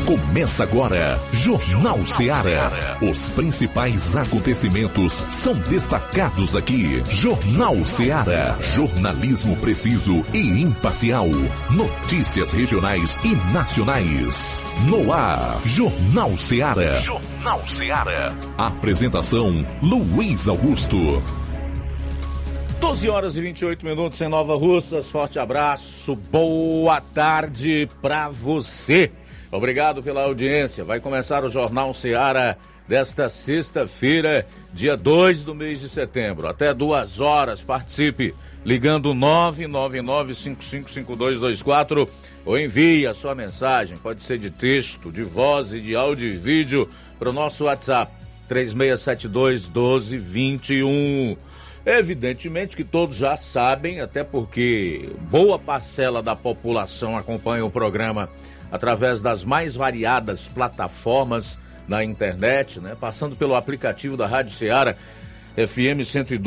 Começa agora, Jornal Ceará. Os principais acontecimentos são destacados aqui. Jornal Ceará. Jornalismo preciso e imparcial. Notícias regionais e nacionais. No ar, Jornal Ceará. Jornal Ceará. Apresentação, Luiz Augusto. 12 horas e 28 minutos em Nova Russas. Forte abraço, boa tarde pra você. Obrigado pela audiência. Vai começar o Jornal Ceará desta sexta-feira, dia 2 do mês de setembro. Até 2 horas, participe ligando 999-555224 ou envie a sua mensagem. Pode ser de texto, de voz e de áudio e vídeo para o nosso WhatsApp 3672-1221. Evidentemente que todos já sabem, até porque boa parcela da população acompanha o programa através das mais variadas plataformas na internet, né? Passando pelo aplicativo da Rádio Ceará, FM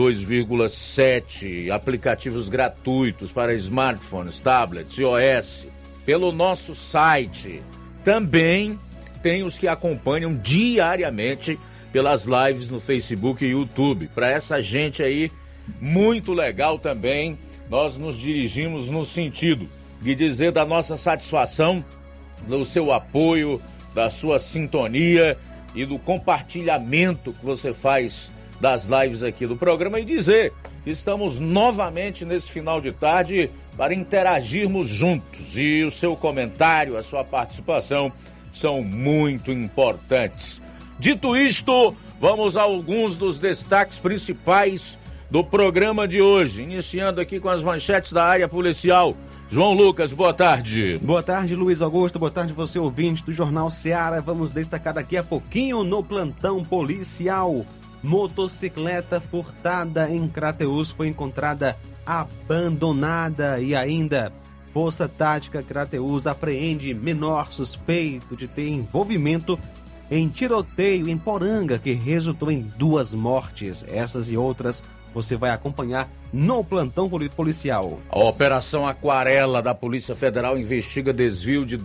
102,7, aplicativos gratuitos para smartphones, tablets, iOS, pelo nosso site. Também tem os que acompanham diariamente pelas lives no Facebook e YouTube. Para essa gente aí, muito legal também, nós nos dirigimos no sentido de dizer da nossa satisfação, do seu apoio, da sua sintonia e do compartilhamento que você faz das lives aqui do programa e dizer que estamos novamente nesse final de tarde para interagirmos juntos e o seu comentário, a sua participação são muito importantes. Dito isto, vamos a alguns dos destaques principais do programa de hoje, iniciando aqui com as manchetes da área policial. João Lucas, boa tarde. Boa tarde, Luiz Augusto, boa tarde você ouvinte do Jornal Ceará. Vamos destacar daqui a pouquinho no plantão policial. Motocicleta furtada em Crateús foi encontrada abandonada e ainda Força Tática Crateús apreende menor suspeito de ter envolvimento em tiroteio em Poranga que resultou em 2 mortes. Essas e outras você vai acompanhar no plantão policial. A Operação Aquarela da Polícia Federal investiga desvio de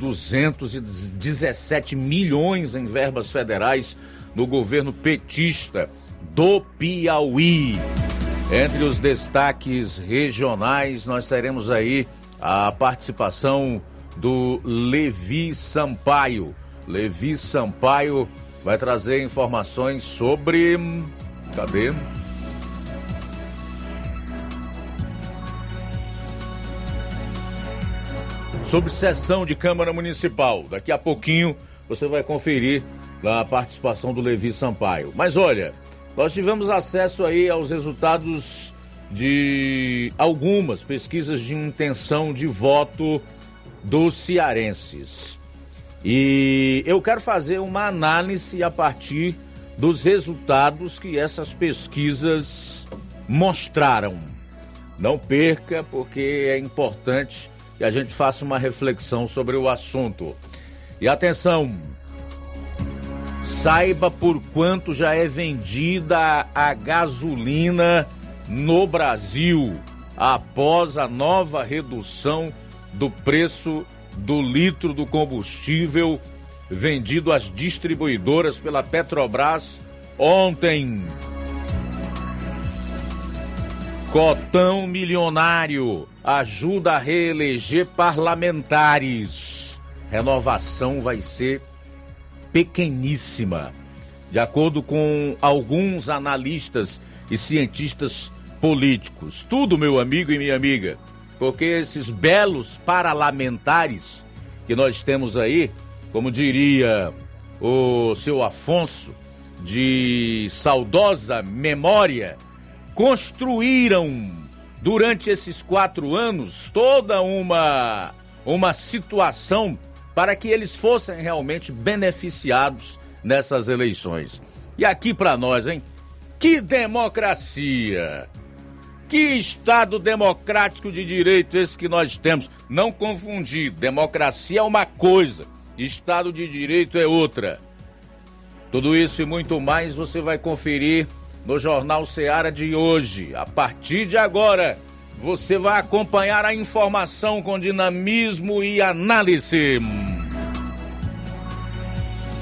217 milhões em verbas federais no governo petista do Piauí. Entre os destaques regionais, nós teremos aí a participação do Levi Sampaio. Levi Sampaio vai trazer informações sobre... Cadê? Sobre sessão de Câmara Municipal. Daqui a pouquinho você vai conferir a participação do Levi Sampaio. Mas olha, nós tivemos acesso aí aos resultados de algumas pesquisas de intenção de voto dos cearenses. E eu quero fazer uma análise a partir dos resultados que essas pesquisas mostraram. Não perca, porque é importante que a gente faça uma reflexão sobre o assunto. E atenção, saiba por quanto já é vendida a gasolina no Brasil após a nova redução do preço do litro do combustível vendido às distribuidoras pela Petrobras ontem. Cotão milionário ajuda a reeleger parlamentares. Renovação vai ser pequeníssima, de acordo com alguns analistas e cientistas políticos. Tudo, meu amigo e minha amiga, porque esses belos parlamentares que nós temos aí, como diria o seu Afonso, de saudosa memória, construíram durante esses 4 anos toda uma situação para que eles fossem realmente beneficiados nessas eleições. E aqui para nós, hein? Que democracia! Que Estado democrático de direito esse que nós temos. Não confundir, democracia é uma coisa, Estado de direito é outra. Tudo isso e muito mais você vai conferir no Jornal Ceará de hoje. A partir de agora, você vai acompanhar a informação com dinamismo e análise.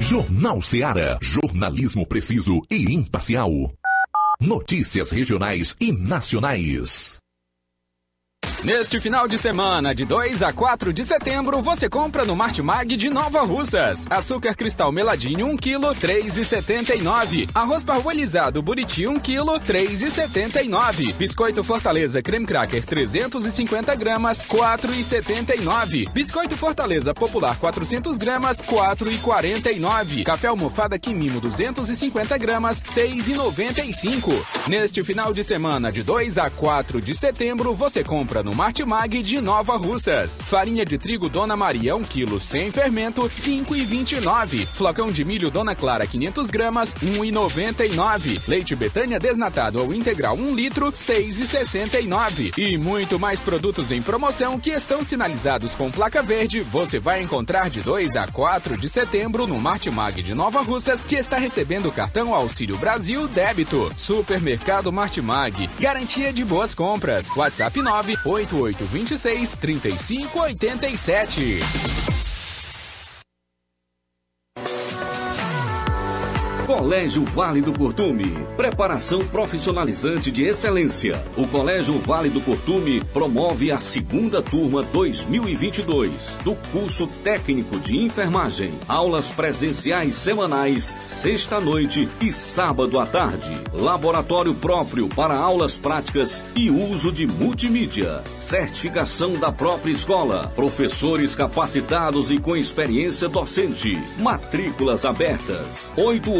Jornal Ceará. Jornalismo preciso e imparcial. Notícias regionais e nacionais. Neste final de semana, de 2 a 4 de setembro, você compra no Martimag de Nova Russas. Açúcar cristal meladinho 1 kg, R$ 3,79. Arroz parbolizado Buriti 1 kg, R$ 3,79. Biscoito Fortaleza Creme Cracker 350 gramas, R$ 4,79. Biscoito Fortaleza Popular 400 gramas, R$ 4,49. Café almofada Quimimo 250 gramas, R$ 6,95. Neste final de semana, de 2 a 4 de setembro, você compra no Martimag de Nova Russas. Farinha de trigo Dona Maria 1 kg sem fermento, R$ 5,29. Flocão de milho Dona Clara 500 gramas, R$ 1,99. Leite Betânia desnatado ou integral 1 litro, R$ 6,69. E muito mais produtos em promoção que estão sinalizados com placa verde, você vai encontrar de 2 a 4 de setembro no Martimag de Nova Russas, que está recebendo o cartão Auxílio Brasil Débito. Supermercado Martimag, garantia de boas compras. WhatsApp 98826-3587. Colégio Vale do Curtume, preparação profissionalizante de excelência. O Colégio Vale do Curtume promove a segunda turma 2022 do curso técnico de enfermagem. Aulas presenciais semanais, sexta-noite e sábado à tarde. Laboratório próprio para aulas práticas e uso de multimídia. Certificação da própria escola. Professores capacitados e com experiência docente. Matrículas abertas.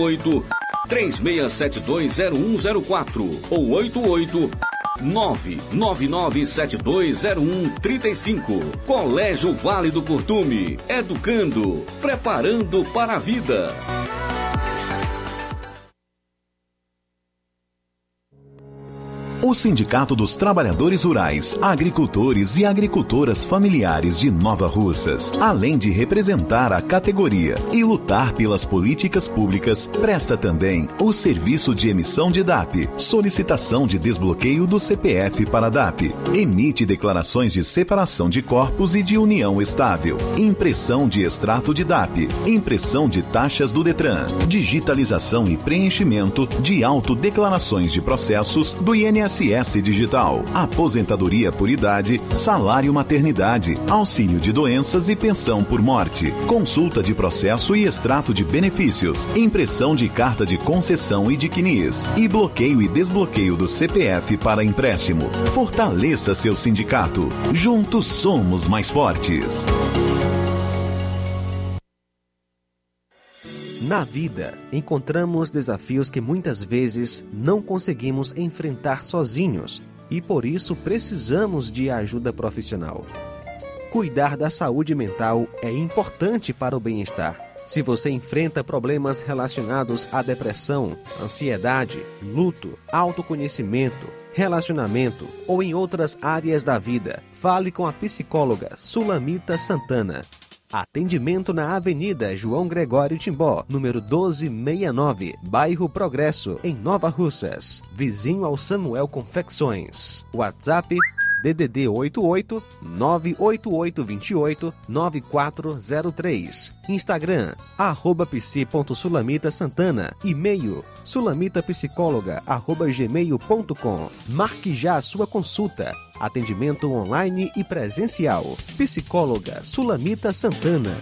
36720104 ou 999720135. Colégio Vale do Curtume, educando, preparando para a vida. O Sindicato dos Trabalhadores Rurais, Agricultores e Agricultoras Familiares de Nova Russas, além de representar a categoria e lutar pelas políticas públicas, presta também o serviço de emissão de DAP, solicitação de desbloqueio do CPF para DAP, emite declarações de separação de corpos e de união estável, impressão de extrato de DAP, impressão de taxas do Detran, digitalização e preenchimento de autodeclarações de processos do INSS Digital, aposentadoria por idade, salário maternidade, auxílio de doenças e pensão por morte, consulta de processo e extrato de benefícios, impressão de carta de concessão e de CNIS, e bloqueio e desbloqueio do CPF para empréstimo. Fortaleça seu sindicato. Juntos somos mais fortes. Na vida, encontramos desafios que muitas vezes não conseguimos enfrentar sozinhos e por isso precisamos de ajuda profissional. Cuidar da saúde mental é importante para o bem-estar. Se você enfrenta problemas relacionados à depressão, ansiedade, luto, autoconhecimento, relacionamento ou em outras áreas da vida, fale com a psicóloga Sulamita Santana. Atendimento na Avenida João Gregório Timbó, número 1269, bairro Progresso, em Nova Russas, vizinho ao Samuel Confecções. WhatsApp DDD 88 98828 9403. Instagram @psi.sulamitasantana. E-mail sulamitapsicóloga@gmail.com. Marque já a sua consulta. Atendimento online e presencial. Psicóloga Sulamita Santana.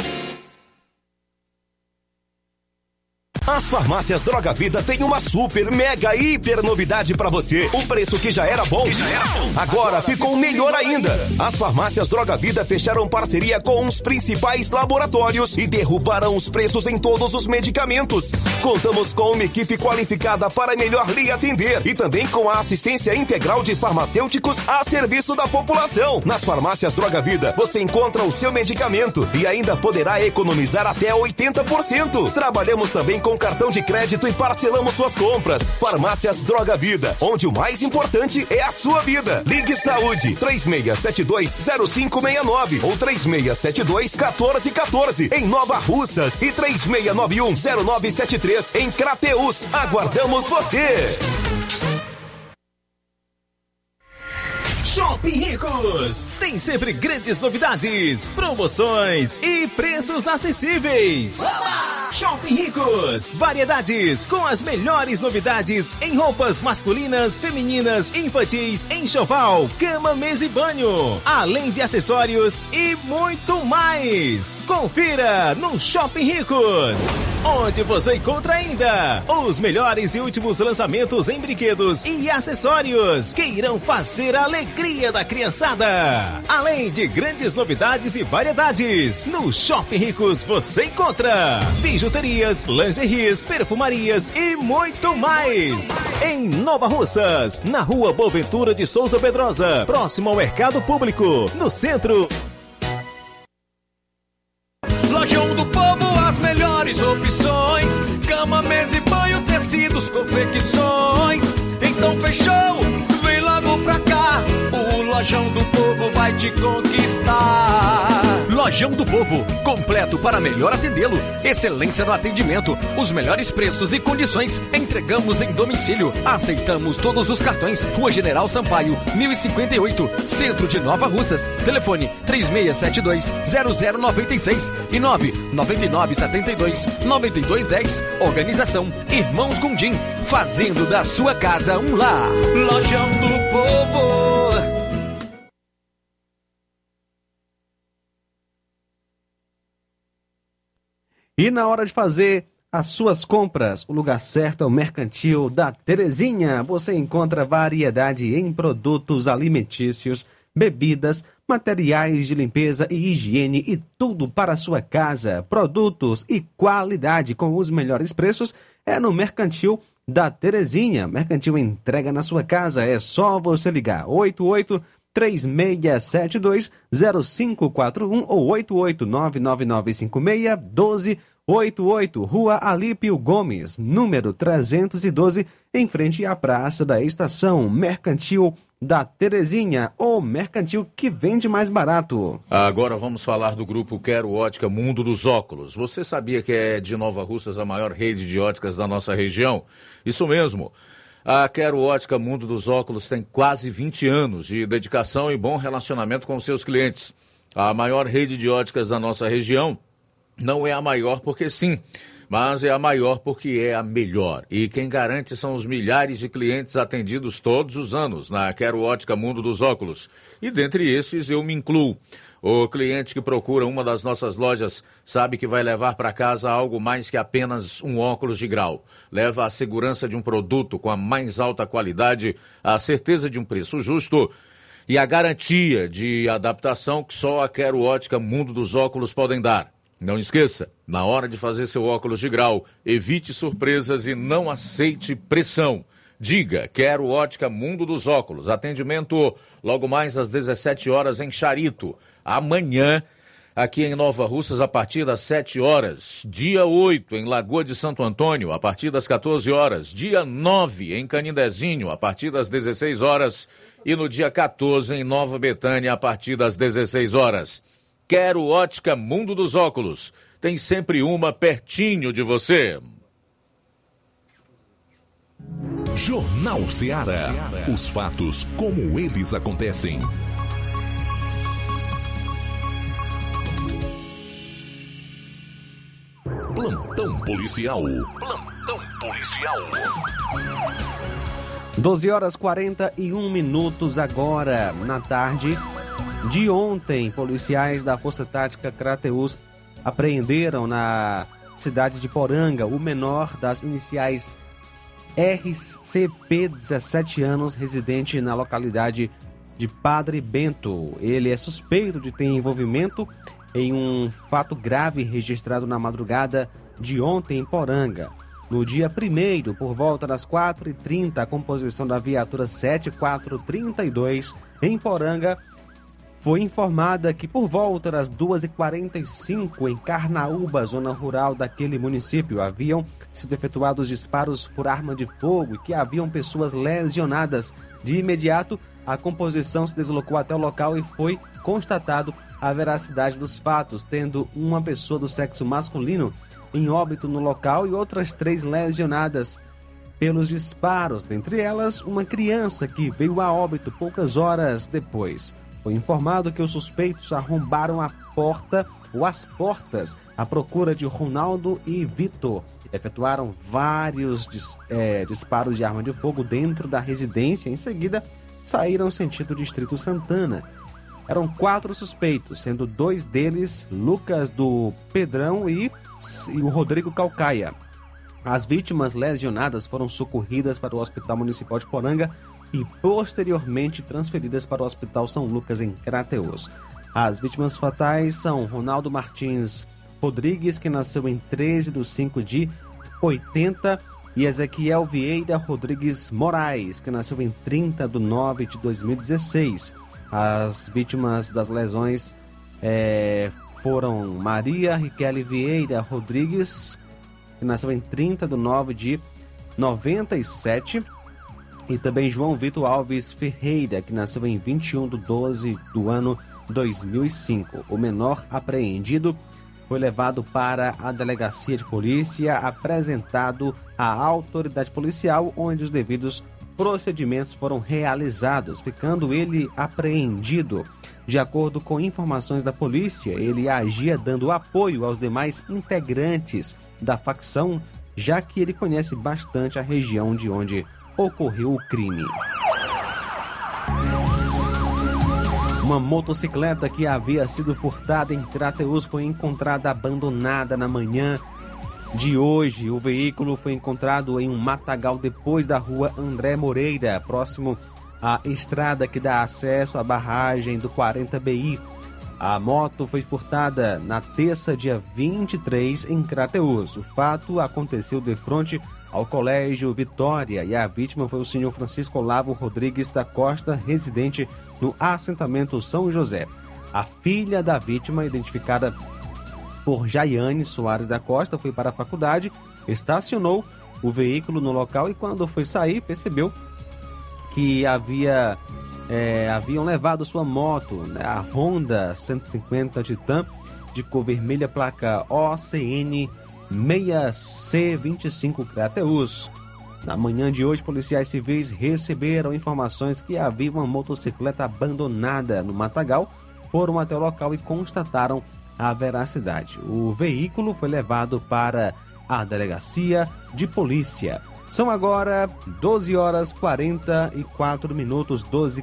As farmácias Droga Vida têm uma super, mega, hiper novidade pra você. O preço que já era bom, agora ficou melhor ainda. As farmácias Droga Vida fecharam parceria com os principais laboratórios e derrubaram os preços em todos os medicamentos. Contamos com uma equipe qualificada para melhor lhe atender e também com a assistência integral de farmacêuticos a serviço da população. Nas farmácias Droga Vida, você encontra o seu medicamento e ainda poderá economizar até 80%. Trabalhamos também com cartão de crédito e parcelamos suas compras. Farmácias Droga Vida, onde o mais importante é a sua vida. Ligue Saúde 36720569 ou 36721414 em Nova Russas e 36910973 em Crateús. Aguardamos você! Shopping Ricos! Tem sempre grandes novidades, promoções e preços acessíveis. Oba! Shopping Ricos, variedades com as melhores novidades em roupas masculinas, femininas, infantis, enxoval, cama, mesa e banho, além de acessórios e muito mais. Confira no Shopping Ricos, onde você encontra ainda os melhores e últimos lançamentos em brinquedos e acessórios que irão fazer a alegria da criançada. Além de grandes novidades e variedades, no Shopping Ricos você encontra bijuterias, lingeries, perfumarias e muito mais. Em Nova Russas, na Rua Boaventura de Souza Pedrosa, próximo ao Mercado Público, no centro. Lojão do Povo, as melhores opções: cama, mesa e banho, tecidos, confecções. Então fechou, vem logo pra cá, o Lojão do Povo vai te conquistar. Lojão do Povo, completo para melhor atendê-lo. Excelência no atendimento, os melhores preços e condições. Entregamos em domicílio. Aceitamos todos os cartões. Rua General Sampaio, 1058, Centro de Nova Russas. Telefone 3672-0096 e 99972-9210. Organização Irmãos Gundim, fazendo da sua casa um lar. Lojão do Povo. E na hora de fazer as suas compras, o lugar certo é o Mercantil da Terezinha. Você encontra variedade em produtos alimentícios, bebidas, materiais de limpeza e higiene e tudo para a sua casa. Produtos e qualidade com os melhores preços é no Mercantil da Terezinha. Mercantil entrega na sua casa, é só você ligar 88-3672-0541 ou 8899956-1288, Rua Alípio Gomes, número 312, em frente à Praça da Estação. Mercantil da Terezinha, o mercantil que vende mais barato. Agora vamos falar do grupo Quero Ótica Mundo dos Óculos. Você sabia que é de Nova Russas a maior rede de óticas da nossa região? Isso mesmo. A Quero Ótica Mundo dos Óculos tem quase 20 anos de dedicação e bom relacionamento com seus clientes. A maior rede de óticas da nossa região não é a maior porque sim, mas é a maior porque é a melhor. E quem garante são os milhares de clientes atendidos todos os anos na Quero Ótica Mundo dos Óculos. E dentre esses eu me incluo. O cliente que procura uma das nossas lojas sabe que vai levar para casa algo mais que apenas um óculos de grau. Leva a segurança de um produto com a mais alta qualidade, a certeza de um preço justo e a garantia de adaptação que só a Quero Ótica Mundo dos Óculos podem dar. Não esqueça, na hora de fazer seu óculos de grau, evite surpresas e não aceite pressão. Diga, Quero Ótica Mundo dos Óculos. Atendimento logo mais às 17 horas em Charito. Amanhã, aqui em Nova Russas, a partir das 7 horas. Dia 8, em Lagoa de Santo Antônio, a partir das 14 horas. Dia 9, em Canindezinho, a partir das 16 horas. E no dia 14, em Nova Betânia, a partir das 16 horas. Quero Ótica Mundo dos Óculos. Tem sempre uma pertinho de você. Jornal Ceará. Os fatos como eles acontecem. Plantão policial. Plantão policial. 12 horas 41 minutos agora, na tarde de ontem. Policiais da Força Tática Crateús apreenderam na cidade de Poranga o menor das iniciais RCP, 17 anos, residente na localidade de Padre Bento. Ele é suspeito de ter envolvimento em um fato grave registrado na madrugada de ontem em Poranga. No dia 1º, por volta das 4h30, a composição da viatura 7432 em Poranga foi informada que por volta das 2h45, em Carnaúba, zona rural daquele município, haviam sido efetuados disparos por arma de fogo e que haviam pessoas lesionadas. De imediato, a composição se deslocou até o local e foi constatado a veracidade dos fatos, tendo uma pessoa do sexo masculino em óbito no local e outras 3 lesionadas pelos disparos, dentre elas uma criança que veio a óbito poucas horas depois. Foi informado que os suspeitos arrombaram a porta o As Portas à procura de Ronaldo e Vitor. Efetuaram vários disparos de arma de fogo dentro da residência. Em seguida, saíram sentido Distrito Santana. Eram 4 suspeitos, sendo 2 deles Lucas do Pedrão e o Rodrigo Calcaia. As vítimas lesionadas foram socorridas para o Hospital Municipal de Poranga e posteriormente transferidas para o Hospital São Lucas em Crateús. As vítimas fatais são Ronaldo Martins Rodrigues, que nasceu em 13/5/80, e Ezequiel Vieira Rodrigues Moraes, que nasceu em 30/9/2016. As vítimas das lesões foram Maria Riquele Vieira Rodrigues, que nasceu em 30/9/97, e também João Vitor Alves Ferreira, que nasceu em 21/12/2005. O menor apreendido foi levado para a delegacia de polícia, apresentado à autoridade policial, onde os devidos procedimentos foram realizados, ficando ele apreendido. De acordo com informações da polícia, ele agia dando apoio aos demais integrantes da facção, já que ele conhece bastante a região de onde ocorreu o crime. Uma motocicleta que havia sido furtada em Crateús foi encontrada abandonada na manhã de hoje. O veículo foi encontrado em um matagal depois da rua André Moreira, próximo à estrada que dá acesso à barragem do 40BI. A moto foi furtada na terça, dia 23, em Crateús. O fato aconteceu de frente ao Colégio Vitória e a vítima foi o senhor Francisco Olavo Rodrigues da Costa, residente no assentamento São José. A filha da vítima, identificada por Jaiane Soares da Costa, foi para a faculdade, estacionou o veículo no local e quando foi sair percebeu que haviam levado sua moto, né, a Honda 150 Titan, de cor vermelha, placa OCN 6C25 Crateús. Na manhã de hoje, policiais civis receberam informações que havia uma motocicleta abandonada no matagal, foram até o local e constataram a veracidade. O veículo foi levado para a delegacia de polícia. São agora 12 horas 44 minutos,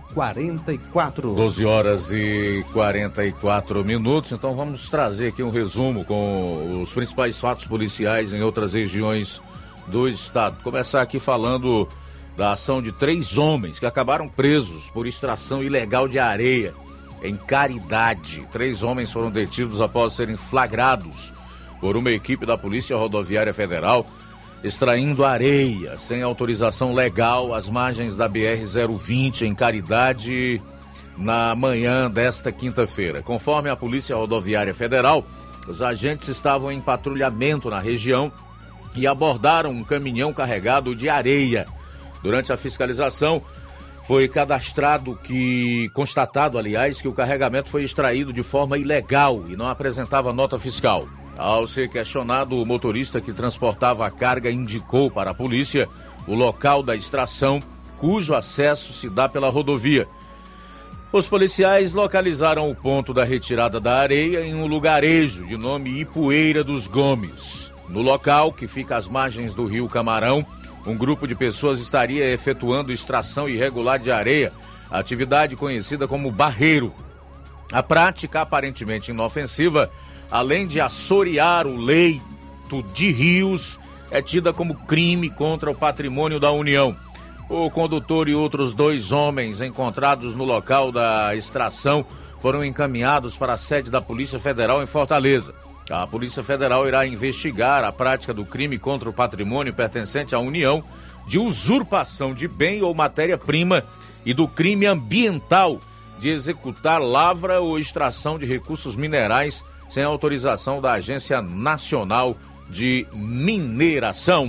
12h44. 12 horas e 44 minutos. Então vamos trazer aqui um resumo com os principais fatos policiais em outras regiões do estado. Começar aqui falando da ação de 3 homens que acabaram presos por extração ilegal de areia em Caridade. 3 homens foram detidos após serem flagrados por uma equipe da Polícia Rodoviária Federal extraindo areia sem autorização legal às margens da BR-020 em Caridade na manhã desta quinta-feira. Conforme a Polícia Rodoviária Federal, os agentes estavam em patrulhamento na região e abordaram um caminhão carregado de areia. Durante a fiscalização, foi constatado, que o carregamento foi extraído de forma ilegal e não apresentava nota fiscal. Ao ser questionado, o motorista que transportava a carga indicou para a polícia o local da extração, cujo acesso se dá pela rodovia. Os policiais localizaram o ponto da retirada da areia em um lugarejo de nome Ipueira dos Gomes. No local, que fica às margens do rio Camarão, um grupo de pessoas estaria efetuando extração irregular de areia, atividade conhecida como barreiro. A prática, aparentemente inofensiva, além de assorear o leito de rios, é tida como crime contra o patrimônio da União. O condutor e outros 2 homens encontrados no local da extração foram encaminhados para a sede da Polícia Federal em Fortaleza. A Polícia Federal irá investigar a prática do crime contra o patrimônio pertencente à União, de usurpação de bem ou matéria-prima e do crime ambiental de executar lavra ou extração de recursos minerais sem autorização da Agência Nacional de Mineração.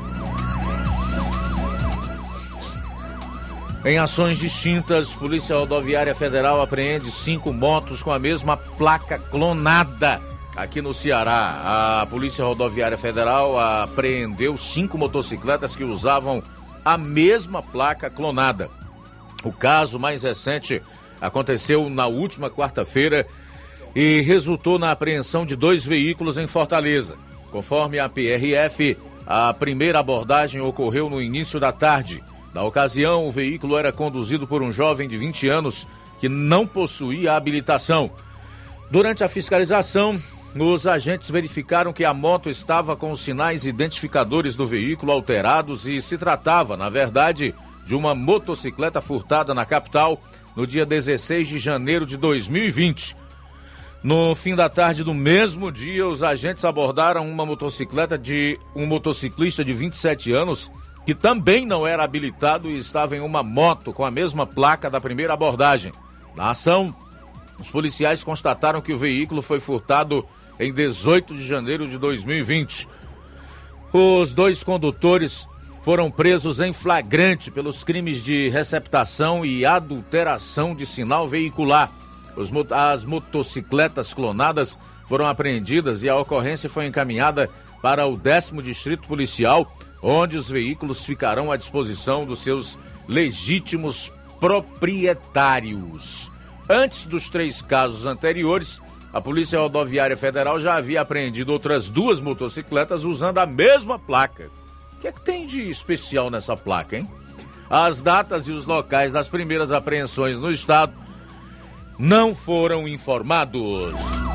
Em ações distintas, Polícia Rodoviária Federal apreende 5 motos com a mesma placa clonada aqui no Ceará. A Polícia Rodoviária Federal apreendeu 5 motocicletas que usavam a mesma placa clonada. O caso mais recente aconteceu na última quarta-feira e resultou na apreensão de 2 veículos em Fortaleza. Conforme a PRF, a primeira abordagem ocorreu no início da tarde. Na ocasião, o veículo era conduzido por um jovem de 20 anos que não possuía habilitação. Durante a fiscalização, os agentes verificaram que a moto estava com os sinais identificadores do veículo alterados e se tratava, na verdade, de uma motocicleta furtada na capital no dia 16 de janeiro de 2020. No fim da tarde do mesmo dia, os agentes abordaram uma motocicleta de um motociclista de 27 anos que também não era habilitado e estava em uma moto com a mesma placa da primeira abordagem. Na ação, os policiais constataram que o veículo foi furtado em 18 de janeiro de 2020. Os 2 condutores foram presos em flagrante pelos crimes de receptação e adulteração de sinal veicular. As motocicletas clonadas foram apreendidas e a ocorrência foi encaminhada para o 10º Distrito Policial, onde os veículos ficarão à disposição dos seus legítimos proprietários. Antes dos 3 casos anteriores, a Polícia Rodoviária Federal já havia apreendido outras 2 motocicletas usando a mesma placa. O que é que tem de especial nessa placa, hein? As datas e os locais das primeiras apreensões no estado não foram informados.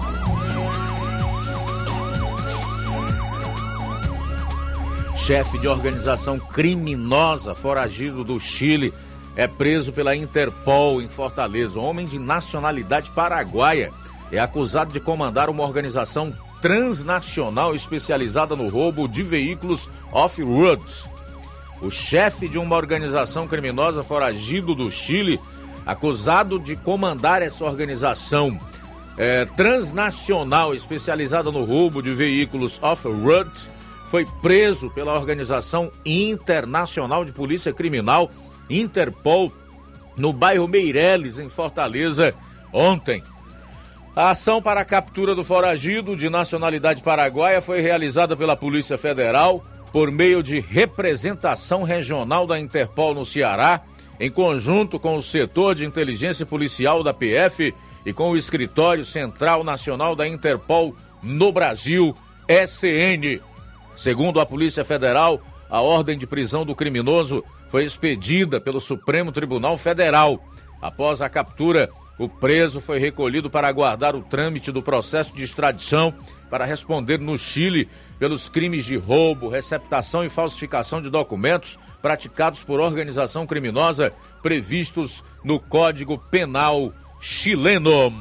Chefe de organização criminosa foragido do Chile é preso pela Interpol em Fortaleza. O homem de nacionalidade paraguaia é acusado de comandar uma organização transnacional especializada no roubo de veículos off-road. O chefe de uma organização criminosa foragido do Chile, acusado de comandar essa organização transnacional especializada no roubo de veículos off-road, foi preso pela Organização Internacional de Polícia Criminal, Interpol, no bairro Meireles, em Fortaleza, ontem. A ação para a captura do foragido de nacionalidade paraguaia foi realizada pela Polícia Federal por meio de representação regional da Interpol no Ceará, em conjunto com o setor de inteligência policial da PF e com o Escritório Central Nacional da Interpol no Brasil, SN. Segundo a Polícia Federal, a ordem de prisão do criminoso foi expedida pelo Supremo Tribunal Federal. Após a captura, o preso foi recolhido para aguardar o trâmite do processo de extradição para responder no Chile pelos crimes de roubo, receptação e falsificação de documentos praticados por organização criminosa previstos no Código Penal chileno.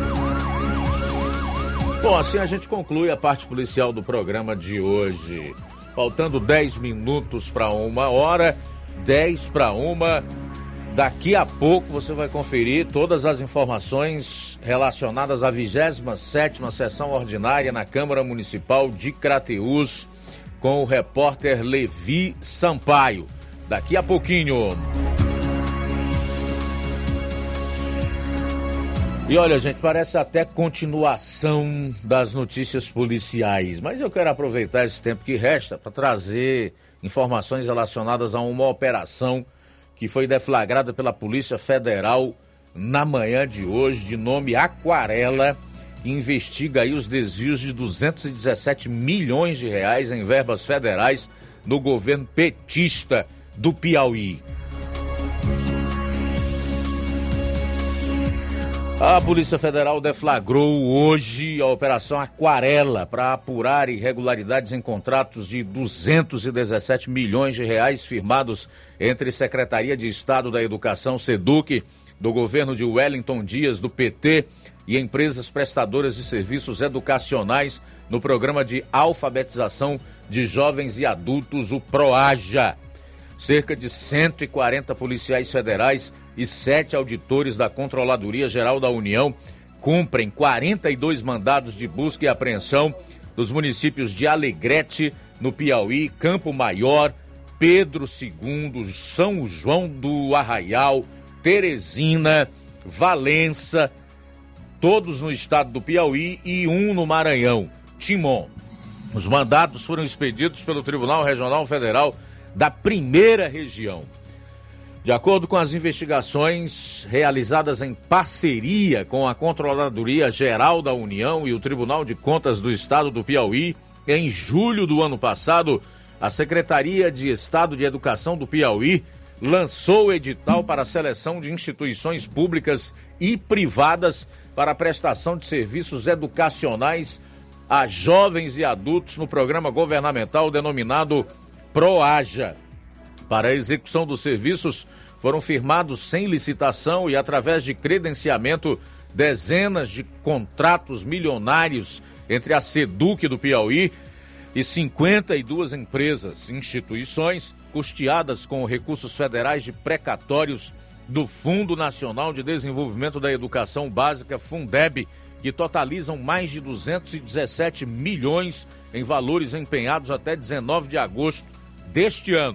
Bom, assim a gente conclui a parte policial do programa de hoje. Faltando 10 minutos para 1h, 10 para 1h. Daqui a pouco você vai conferir todas as informações relacionadas à 27ª sessão ordinária na Câmara Municipal de Crateús com o repórter Levi Sampaio. Daqui a pouquinho. E olha, gente, parece até continuação das notícias policiais, mas eu quero aproveitar esse tempo que resta para trazer informações relacionadas a uma operação que foi deflagrada pela Polícia Federal na manhã de hoje, de nome Aquarela, que investiga aí os desvios de 217 milhões de reais em verbas federais no governo petista do Piauí. A Polícia Federal deflagrou hoje a Operação Aquarela para apurar irregularidades em contratos de 217 milhões de reais firmados entre Secretaria de Estado da Educação, SEDUC, do governo de Wellington Dias, do PT, e empresas prestadoras de serviços educacionais no programa de alfabetização de jovens e adultos, o PROAJA. Cerca de 140 policiais federais e 7 auditores da Controladoria Geral da União cumprem 42 mandados de busca e apreensão dos municípios de Alegrete, no Piauí, Campo Maior, Pedro II, São João do Arraial, Teresina, Valença, todos no estado do Piauí, e um no Maranhão, Timon. Os mandados foram expedidos pelo Tribunal Regional Federal da Primeira Região. De acordo com as investigações realizadas em parceria com a Controladoria Geral da União e o Tribunal de Contas do Estado do Piauí, em julho do ano passado, a Secretaria de Estado de Educação do Piauí lançou o edital para a seleção de instituições públicas e privadas para a prestação de serviços educacionais a jovens e adultos no programa governamental denominado PROAJA. Para a execução dos serviços, foram firmados sem licitação e através de credenciamento dezenas de contratos milionários entre a SEDUC do Piauí e 52 empresas, instituições custeadas com recursos federais de precatórios do Fundo Nacional de Desenvolvimento da Educação Básica, Fundeb, que totalizam mais de 217 milhões em valores empenhados até 19 de agosto deste ano.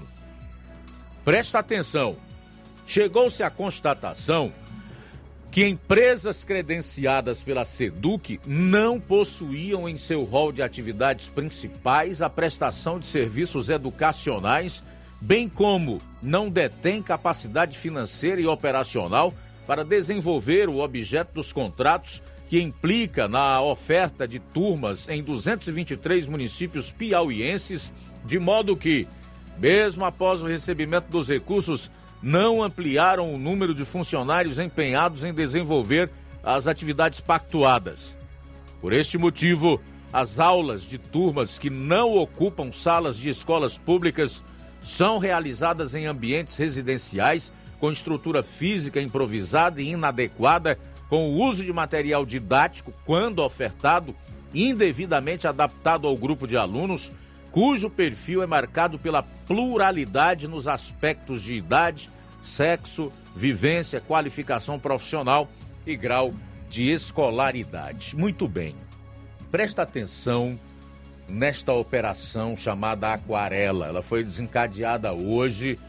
Presta atenção, chegou-se à constatação que empresas credenciadas pela SEDUC não possuíam em seu rol de atividades principais a prestação de serviços educacionais, bem como não detém capacidade financeira e operacional para desenvolver o objeto dos contratos, que implica na oferta de turmas em 223 municípios piauienses, de modo que, mesmo após o recebimento dos recursos, não ampliaram o número de funcionários empenhados em desenvolver as atividades pactuadas. Por este motivo, as aulas de turmas que não ocupam salas de escolas públicas são realizadas em ambientes residenciais com estrutura física improvisada e inadequada, com o uso de material didático, quando ofertado, indevidamente adaptado ao grupo de alunos, cujo perfil é marcado pela pluralidade nos aspectos de idade, sexo, vivência, qualificação profissional e grau de escolaridade. Muito bem, presta atenção nesta operação chamada Aquarela. Ela foi desencadeada hoje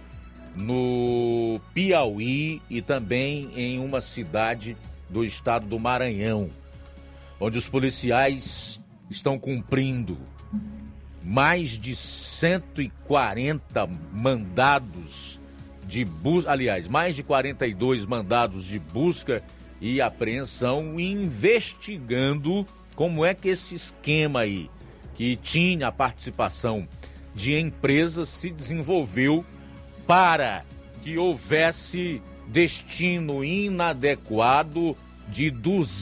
no Piauí e também em uma cidade do estado do Maranhão, onde os policiais estão cumprindo mais de 140 mandados de busca, aliás, mais de 42 mandados de busca e apreensão, investigando como é que esse esquema aí, que tinha a participação de empresas, se desenvolveu para que houvesse destino inadequado de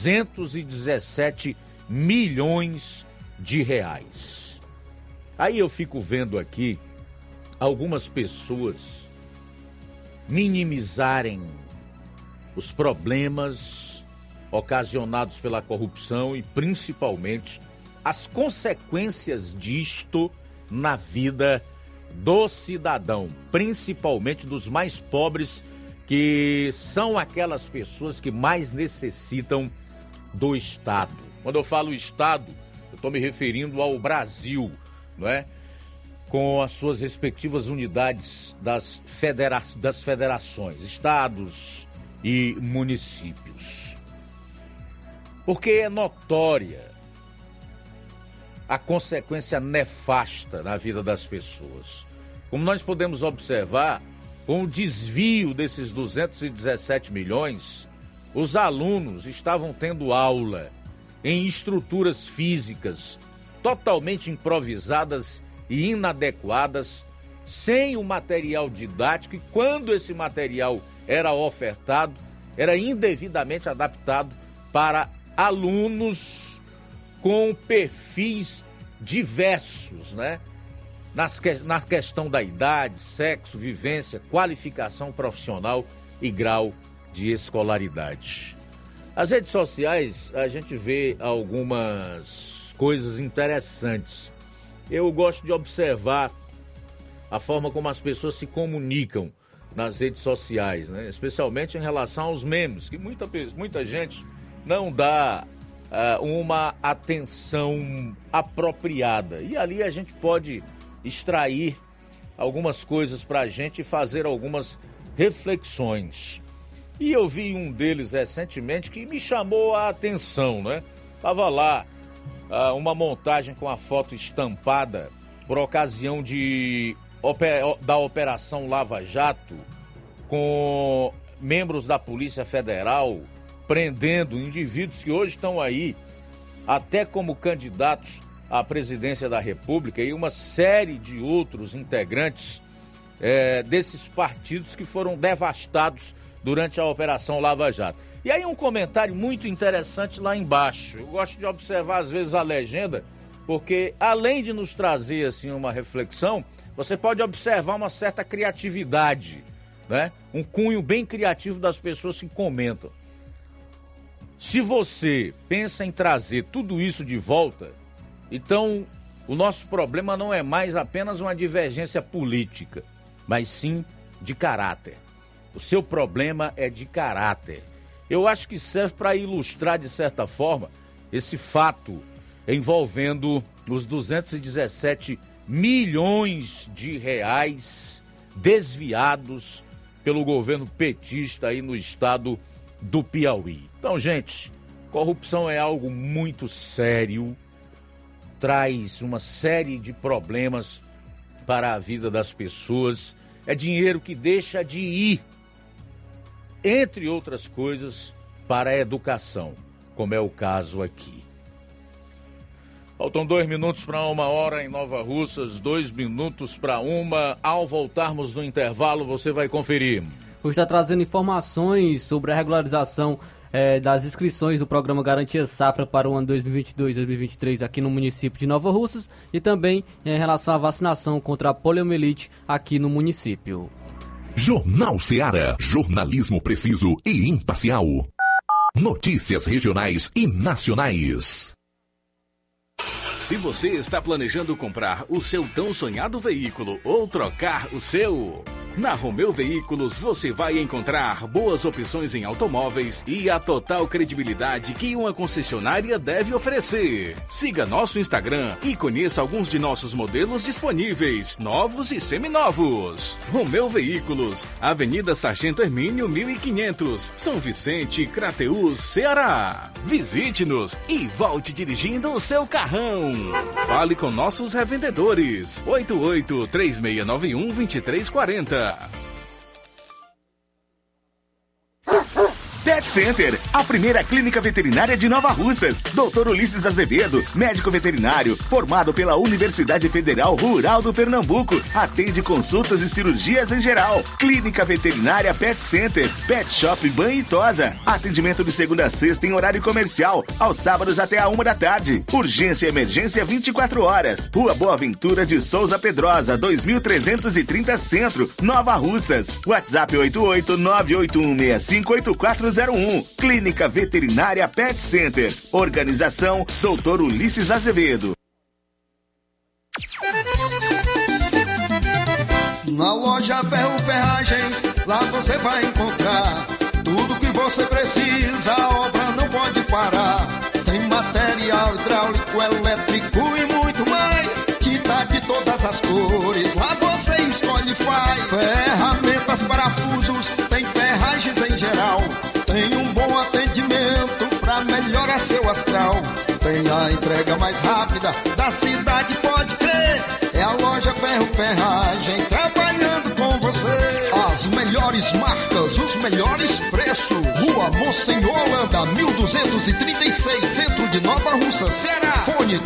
217 milhões de reais. Aí eu fico vendo aqui algumas pessoas minimizarem os problemas ocasionados pela corrupção e principalmente as consequências disto na vida do cidadão, principalmente dos mais pobres, que são aquelas pessoas que mais necessitam do Estado. Quando eu falo Estado, eu estou me referindo ao Brasil, não é? Com as suas respectivas unidades das federações, estados e municípios. Porque é notória a consequência nefasta na vida das pessoas. Como nós podemos observar, com o desvio desses 217 milhões, os alunos estavam tendo aula em estruturas físicas totalmente improvisadas e inadequadas, sem o material didático, e quando esse material era ofertado, era indevidamente adaptado para alunos com perfis diversos, né? Na questão da idade, sexo, vivência, qualificação profissional e grau de escolaridade. As redes sociais, a gente vê algumas coisas interessantes. Eu gosto de observar a forma como as pessoas se comunicam nas redes sociais, né? Especialmente em relação aos memes, que muita gente não dá uma atenção apropriada. E ali a gente pode extrair algumas coisas para a gente e fazer algumas reflexões. E eu vi um deles recentemente que me chamou a atenção, né? Tava lá uma montagem com a foto estampada por ocasião da Operação Lava Jato, com membros da Polícia Federal prendendo indivíduos que hoje estão aí até como candidatos à presidência da República e uma série de outros integrantes desses partidos que foram devastados durante a Operação Lava Jato. E aí um comentário muito interessante lá embaixo. Eu gosto de observar às vezes a legenda, porque além de nos trazer assim uma reflexão, você pode observar uma certa criatividade, né? Um cunho bem criativo das pessoas que comentam. Se você pensa em trazer tudo isso de volta, então o nosso problema não é mais apenas uma divergência política, mas sim de caráter. O seu problema é de caráter. Eu acho que serve para ilustrar, de certa forma, esse fato envolvendo os 217 milhões de reais desviados pelo governo petista aí no estado do Piauí. Então, gente, corrupção é algo muito sério, traz uma série de problemas para a vida das pessoas, é dinheiro que deixa de ir, entre outras coisas, para a educação, como é o caso aqui. Faltam 2 minutos para 1h em Nova Russas, 2 minutos para 1. Ao voltarmos do intervalo, você vai conferir. Hoje está trazendo informações sobre a regularização das inscrições do programa Garantia Safra para o ano 2022-2023 aqui no município de Nova Russas e também em relação à vacinação contra a poliomielite aqui no município. Jornal Ceará, jornalismo preciso e imparcial. Notícias regionais e nacionais. Se você está planejando comprar o seu tão sonhado veículo ou trocar o seu, na Romeu Veículos você vai encontrar boas opções em automóveis e a total credibilidade que uma concessionária deve oferecer. Siga nosso Instagram e conheça alguns de nossos modelos disponíveis, novos e seminovos. Romeu Veículos, Avenida Sargento Hermínio 1500, São Vicente, Crateús, Ceará. Visite-nos e volte dirigindo o seu carrão. Fale com nossos revendedores. 88-3691-2340. Pet Center, a primeira clínica veterinária de Nova Russas. Dr. Ulisses Azevedo, médico veterinário, formado pela Universidade Federal Rural do Pernambuco. Atende consultas e cirurgias em geral. Clínica Veterinária Pet Center, Pet Shop Banho e Tosa. Atendimento de segunda a sexta em horário comercial, aos sábados até a 1 da tarde. Urgência e emergência 24 horas. Rua Boa Ventura de Souza Pedrosa, 2330 Centro, Nova Russas. WhatsApp 88-981658401. Clínica Veterinária Pet Center. Organização Dr. Ulisses Azevedo. Na loja Ferro Ferragens, lá você vai encontrar tudo que você precisa, a obra não pode parar. Tem material hidráulico, elétrico e muito mais. Tinta de todas as cores, lá você escolhe e faz. Ferramentas, parafusos, tem ferragens em geral. Tem um bom atendimento pra melhorar seu astral. Tem a entrega mais rápida da cidade, pode crer. É a loja Ferro Ferragem trabalhando com você. As melhores marcas, os melhores preços. Rua Monsenhor Holanda, 1236, centro de Nova Russa, Ceará. Fone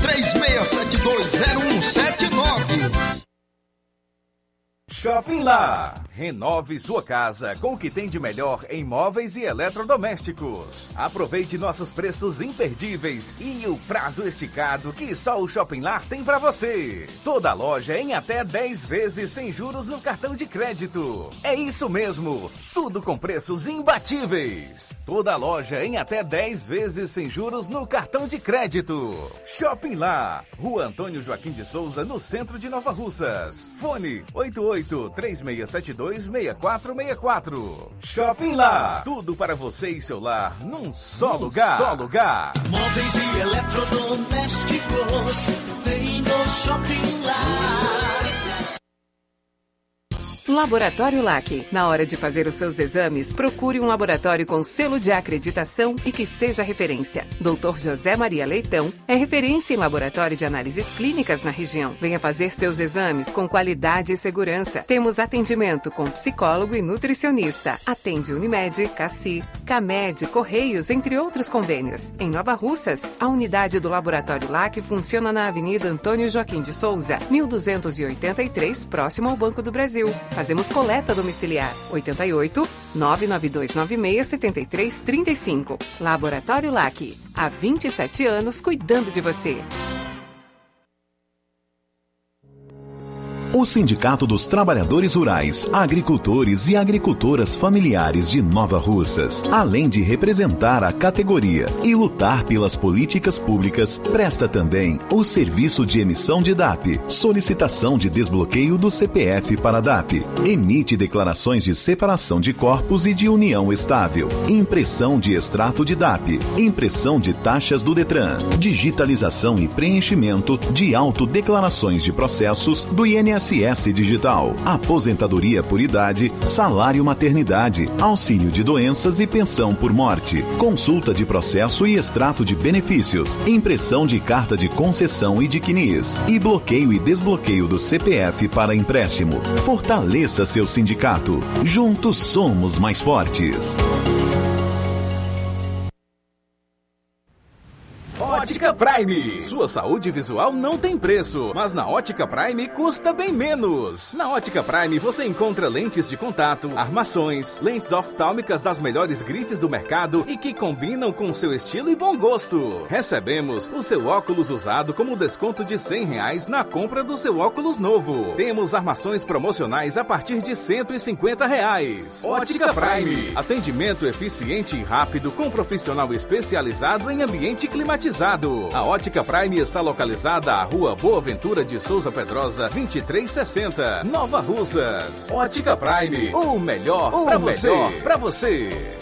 36720179. Shopping Lá. Renove sua casa com o que tem de melhor em móveis e eletrodomésticos. Aproveite nossos preços imperdíveis e o prazo esticado que só o Shopping Lá tem para você. Toda loja em até 10 vezes sem juros no cartão de crédito. É isso mesmo, tudo com preços imbatíveis. Toda loja em até 10 vezes sem juros no cartão de crédito. Shopping Lá, Rua Antônio Joaquim de Souza, no centro de Nova Russas. Fone 88-3672-6464. Shopping Lá, tudo para você e seu lar num só lugar. Móveis e eletrodomésticos tem no Shopping Lá. Laboratório LAC. Na hora de fazer os seus exames, procure um laboratório com selo de acreditação e que seja referência. Dr. José Maria Leitão é referência em laboratório de análises clínicas na região. Venha fazer seus exames com qualidade e segurança. Temos atendimento com psicólogo e nutricionista. Atende Unimed, Cassi, Camed, Correios, entre outros convênios. Em Nova Russas, a unidade do Laboratório LAC funciona na Avenida Antônio Joaquim de Souza, 1283, próximo ao Banco do Brasil. Fazemos coleta domiciliar. 88 99296 7335. Laboratório LAC. Há 27 anos cuidando de você. O Sindicato dos Trabalhadores Rurais, Agricultores e Agricultoras Familiares de Nova Russas, além de representar a categoria e lutar pelas políticas públicas, presta também o serviço de emissão de DAP, solicitação de desbloqueio do CPF para DAP, emite declarações de separação de corpos e de união estável, impressão de extrato de DAP, impressão de taxas do Detran, digitalização e preenchimento de autodeclarações de processos do INSS Digital, aposentadoria por idade, salário maternidade, auxílio de doenças e pensão por morte, consulta de processo e extrato de benefícios, impressão de carta de concessão e de CNIS, e bloqueio e desbloqueio do CPF para empréstimo. Fortaleça seu sindicato. Juntos somos mais fortes. Ótica Prime. Sua saúde visual não tem preço, mas na Ótica Prime custa bem menos. Na Ótica Prime você encontra lentes de contato, armações, lentes oftálmicas das melhores grifes do mercado e que combinam com seu estilo e bom gosto. Recebemos o seu óculos usado como desconto de R$100 na compra do seu óculos novo. Temos armações promocionais a partir de R$150. Ótica Prime. Atendimento eficiente e rápido com profissional especializado em ambiente climatizado. A Ótica Prime está localizada à Rua Boa Ventura de Souza Pedrosa, 2360, Nova Russas. Ótica Prime, o melhor pra você.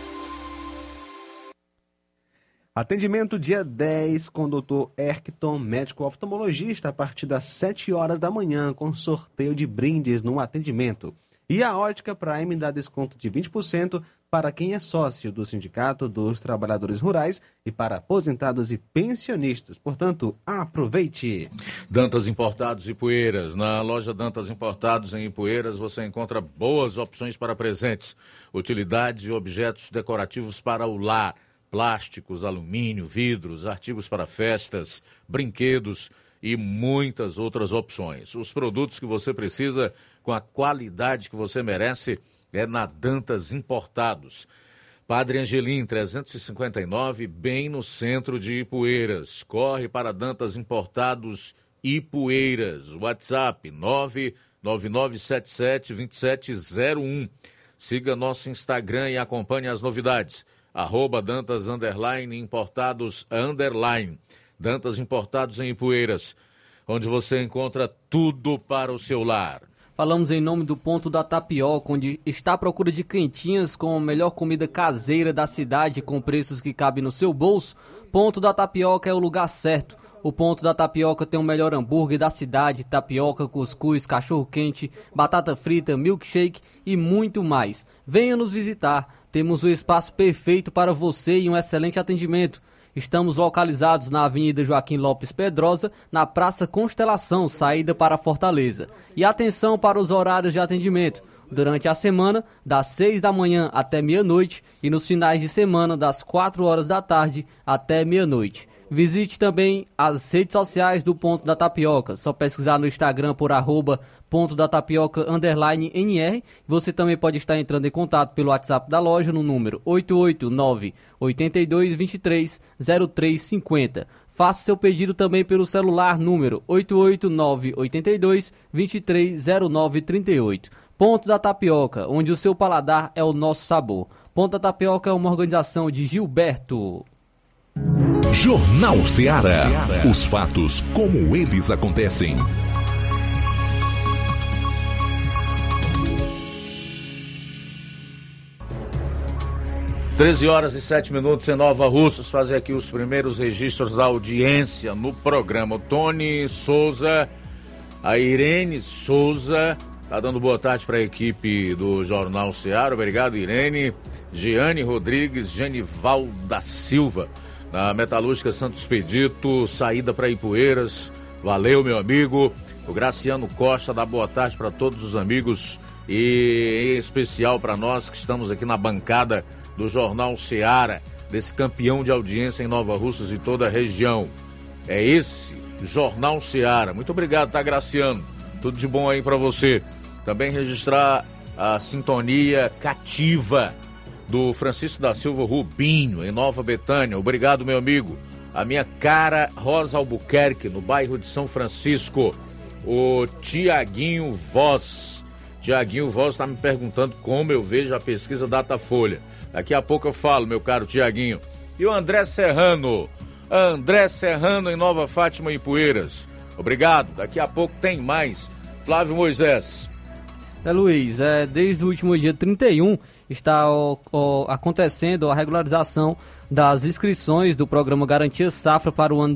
Atendimento dia 10 com o Dr. Erkton, médico oftalmologista, a partir das 7 horas da manhã, com sorteio de brindes no atendimento. E a Ótica Prime dá desconto de 20% para quem é sócio do Sindicato dos Trabalhadores Rurais e para aposentados e pensionistas. Portanto, aproveite! Dantas Importados e Ipueiras. Na loja Dantas Importados em Ipueiras você encontra boas opções para presentes, utilidades e objetos decorativos para o lar, plásticos, alumínio, vidros, artigos para festas, brinquedos e muitas outras opções. Os produtos que você precisa com a qualidade que você merece é na Dantas Importados. Padre Angelim, 359, bem no centro de Ipueiras. Corre para Dantas Importados Ipueiras. WhatsApp 999772701. Siga nosso Instagram e acompanhe as novidades. @Dantas_Importados_. Dantas Importados em Ipueiras, onde você encontra tudo para o seu lar. Falamos em nome do Ponto da Tapioca, onde está à procura de quentinhas com a melhor comida caseira da cidade com preços que cabem no seu bolso. Ponto da Tapioca é o lugar certo. O Ponto da Tapioca tem o melhor hambúrguer da cidade, tapioca, cuscuz, cachorro-quente, batata frita, milkshake e muito mais. Venha nos visitar. Temos o espaço perfeito para você e um excelente atendimento. Estamos localizados na Avenida Joaquim Lopes Pedrosa, na Praça Constelação, saída para Fortaleza. E atenção para os horários de atendimento. Durante a semana, das 6 da manhã até meia-noite e nos finais de semana, das 4 horas da tarde até meia-noite. Visite também as redes sociais do Ponto da Tapioca. Só pesquisar no Instagram por @pontodatapioca_NR. Você também pode estar entrando em contato pelo WhatsApp da loja no número 889-8223-0350. Faça seu pedido também pelo celular número 889-8223-0938. Ponto da Tapioca, onde o seu paladar é o nosso sabor. Ponto da Tapioca é uma organização de Gilberto. Jornal Ceará. Os fatos como eles acontecem. 13h07 em Nova Russas. Fazer aqui os primeiros registros da audiência no programa. O Tony Souza, a Irene Souza, Tá dando boa tarde para a equipe do Jornal Seara. Obrigado, Irene, Giane Rodrigues, Genival da Silva, na Metalúrgica Santo Expedito, saída para Ipueiras. Valeu, meu amigo. O Graciano Costa dá boa tarde para todos os amigos e em especial para nós que estamos aqui na bancada do Jornal Seara, desse campeão de audiência em Nova Russas e toda a região. É esse Jornal Seara. Muito obrigado, tá, Graciano? Tudo de bom aí para você. Também registrar a sintonia cativa do Francisco da Silva Rubinho, em Nova Betânia. Obrigado, meu amigo. A minha cara Rosa Albuquerque, no bairro de São Francisco. O Tiaguinho Voz. Tiaguinho Voz está me perguntando como eu vejo a pesquisa Datafolha. Daqui a pouco eu falo, meu caro Tiaguinho. E o André Serrano. André Serrano, em Nova Fátima, Ipueiras. Obrigado. Daqui a pouco tem mais. Flávio Moisés. Luiz, desde o último dia 31 está acontecendo a regularização das inscrições do programa Garantia Safra para o ano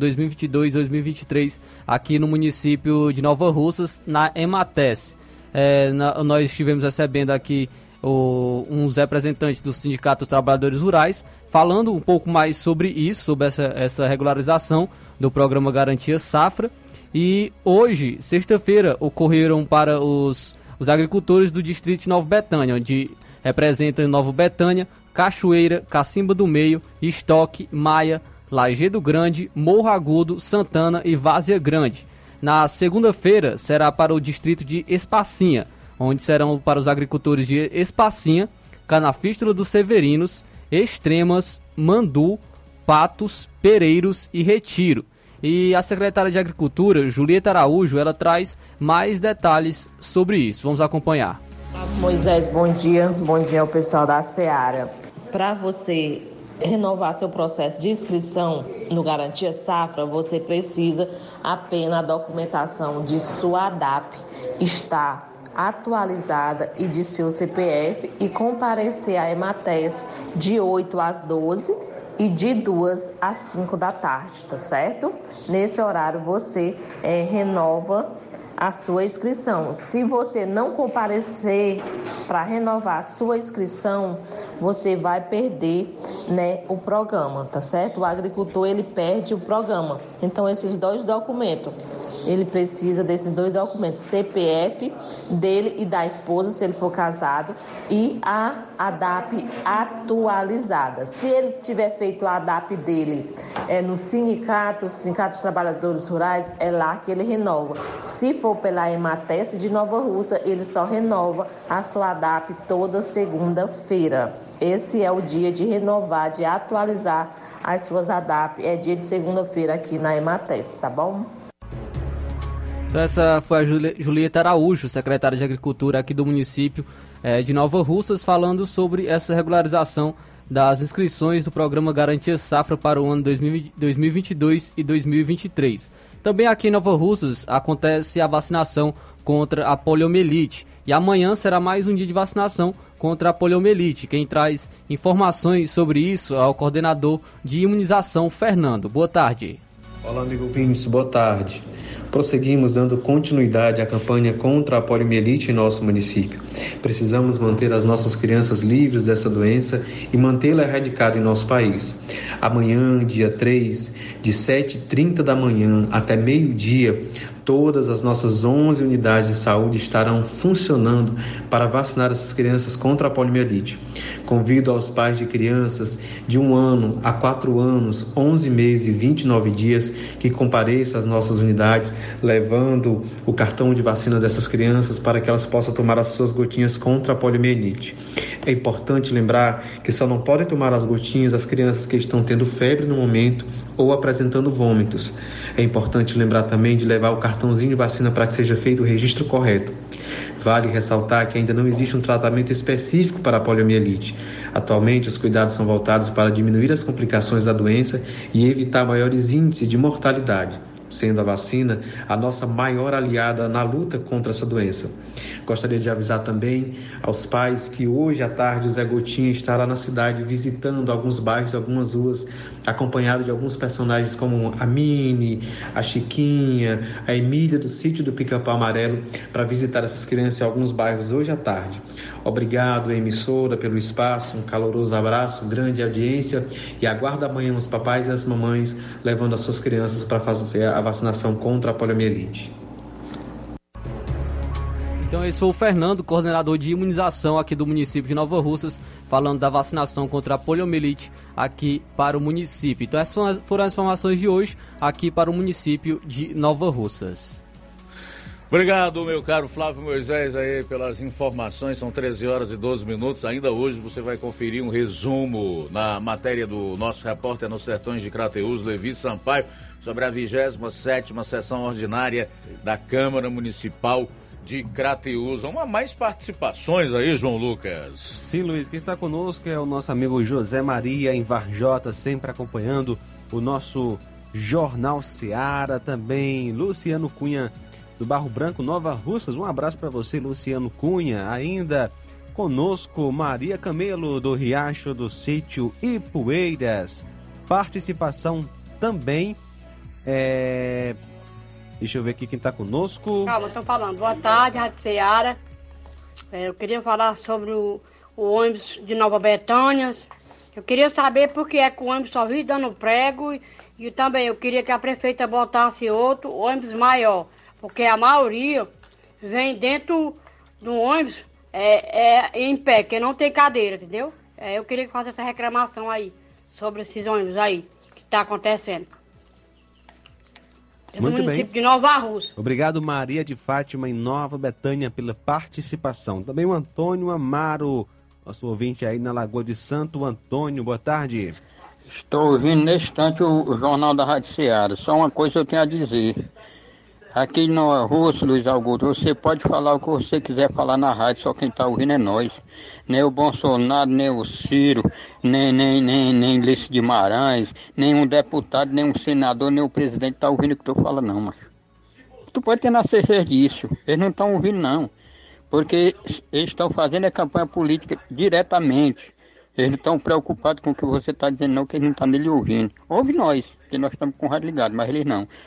2022-2023 aqui no município de Nova Russas, na EMATES. Nós estivemos recebendo aqui uns representantes do Sindicato dos Trabalhadores Rurais falando um pouco mais sobre isso, sobre essa regularização do programa Garantia Safra. E hoje, sexta-feira, ocorreram para os agricultores do distrito de Nova Betânia, onde representam Nova Betânia, Cachoeira, Cacimba do Meio, Estoque, Maia, Lajeado Grande, Morro Agudo, Santana e Várzea Grande. Na segunda-feira será para o distrito de Espacinha, onde serão para os agricultores de Espacinha, Canafístula dos Severinos, Extremas, Mandu, Patos, Pereiros e Retiro. E a secretária de Agricultura, Julieta Araújo, ela traz mais detalhes sobre isso. Vamos acompanhar. Moisés, bom dia. Bom dia ao pessoal da Seara. Para você renovar seu processo de inscrição no Garantia Safra, você precisa apenas a documentação de sua ADAP estar atualizada e de seu CPF e comparecer à EMATES de 8 às 12 e de 2 às 5 da tarde, tá certo? Nesse horário você renova a sua inscrição. Se você não comparecer para renovar a sua inscrição, você vai perder, o programa, tá certo? O agricultor, ele perde o programa. Então, esses dois documentos, ele precisa desses dois documentos, CPF dele e da esposa, se ele for casado, e a ADAP atualizada. Se ele tiver feito a ADAP dele no Sindicato dos Trabalhadores Rurais, é lá que ele renova. Se for pela EMATES de Nova Russa, ele só renova a sua ADAP toda segunda-feira. Esse é o dia de renovar, de atualizar as suas ADAP, é dia de segunda-feira aqui na EMATES, tá bom? Então essa foi a Julieta Araújo, secretária de Agricultura aqui do município de Nova Russas, falando sobre essa regularização das inscrições do programa Garantia Safra para o ano 2022 e 2023. Também aqui em Nova Russas acontece a vacinação contra a poliomielite e amanhã será mais um dia de vacinação contra a poliomielite. Quem traz informações sobre isso é o coordenador de imunização, Fernando. Boa tarde. Olá, amigo ouvintes, boa tarde. Prosseguimos dando continuidade à campanha contra a poliomielite em nosso município. Precisamos manter as nossas crianças livres dessa doença e mantê-la erradicada em nosso país. Amanhã, dia 3, de 7h30 da manhã até meio-dia, todas as nossas 11 unidades de saúde estarão funcionando para vacinar essas crianças contra a poliomielite. Convido aos pais de crianças de 1 ano a 4 anos, 11 meses e 29 dias que compareçam às nossas unidades, levando o cartão de vacina dessas crianças para que elas possam tomar as suas gotinhas contra a poliomielite. É importante lembrar que só não podem tomar as gotinhas as crianças que estão tendo febre no momento ou apresentando vômitos. É importante lembrar também de levar o cartãozinho de vacina para que seja feito o registro correto. Vale ressaltar que ainda não existe um tratamento específico para a poliomielite. Atualmente, os cuidados são voltados para diminuir as complicações da doença e evitar maiores índices de mortalidade. sendo a vacina a nossa maior aliada na luta contra essa doença. Gostaria de avisar também aos pais que hoje à tarde o Zé Gotinha estará na cidade visitando alguns bairros e algumas ruas, acompanhado de alguns personagens como a Mini, a Chiquinha, a Emília do sítio do Pica-Pau Amarelo, para visitar essas crianças em alguns bairros hoje à tarde. Obrigado, emissora, pelo espaço, um caloroso abraço, grande audiência, e aguardo amanhã os papais e as mamães levando as suas crianças para fazer a vacinação contra a poliomielite. Então esse foi o Fernando, coordenador de imunização aqui do município de Nova Russas, falando da vacinação contra a poliomielite aqui para o município. Então essas foram as informações de hoje aqui para o município de Nova Russas. Obrigado, meu caro Flávio Moisés, aí pelas informações. São 13 horas e 12 minutos. Ainda hoje você vai conferir um resumo na matéria do nosso repórter nos Sertões de Crateús, Levi Sampaio, sobre a 27ª sessão ordinária da Câmara Municipal de Crateús. Vamos a mais participações aí, João Lucas. Sim, Luiz, quem está conosco é o nosso amigo José Maria, em Varjota, sempre acompanhando o nosso Jornal Seara. Também Luciano Cunha, do Barro Branco, Nova Russas. Um abraço para você, Luciano Cunha. Ainda conosco, Maria Camelo, do Riacho do Sítio Ipueiras. Participação também. Deixa eu ver aqui quem está conosco. Calma, estou falando. Boa tarde, Rádio Seara. Eu queria falar sobre o ônibus de Nova Betânia. Eu queria saber por que é que o ônibus só vive dando prego. E também eu queria que a prefeita botasse outro ônibus maior. Porque a maioria vem dentro do ônibus em pé, que não tem cadeira, entendeu? Eu queria fazer essa reclamação aí, sobre esses ônibus aí, que está acontecendo. Muito no município bem. de Nova Russa. Obrigado, Maria de Fátima, em Nova Betânia, pela participação. Também o Antônio Amaro, nosso ouvinte aí na Lagoa de Santo Antônio. Boa tarde. Estou ouvindo nesse instante o Jornal da Rádio Seara. Só uma coisa eu tenho a dizer. Aqui em Nova Russa, Luiz Augusto, você pode falar o que você quiser falar na rádio, só quem está ouvindo é nós. Nem o Bolsonaro, nem o Ciro, nem Lício Guimarães, nem um deputado, nem um senador, nem o presidente está ouvindo o que tu fala não, macho. Tu pode ter nascido disso, eles não estão ouvindo não. Porque eles estão fazendo a campanha política diretamente. Eles não estão preocupados com o que você está dizendo não, que eles não estão nele ouvindo. Ouve nós, que nós estamos com o rádio ligado, mas eles não.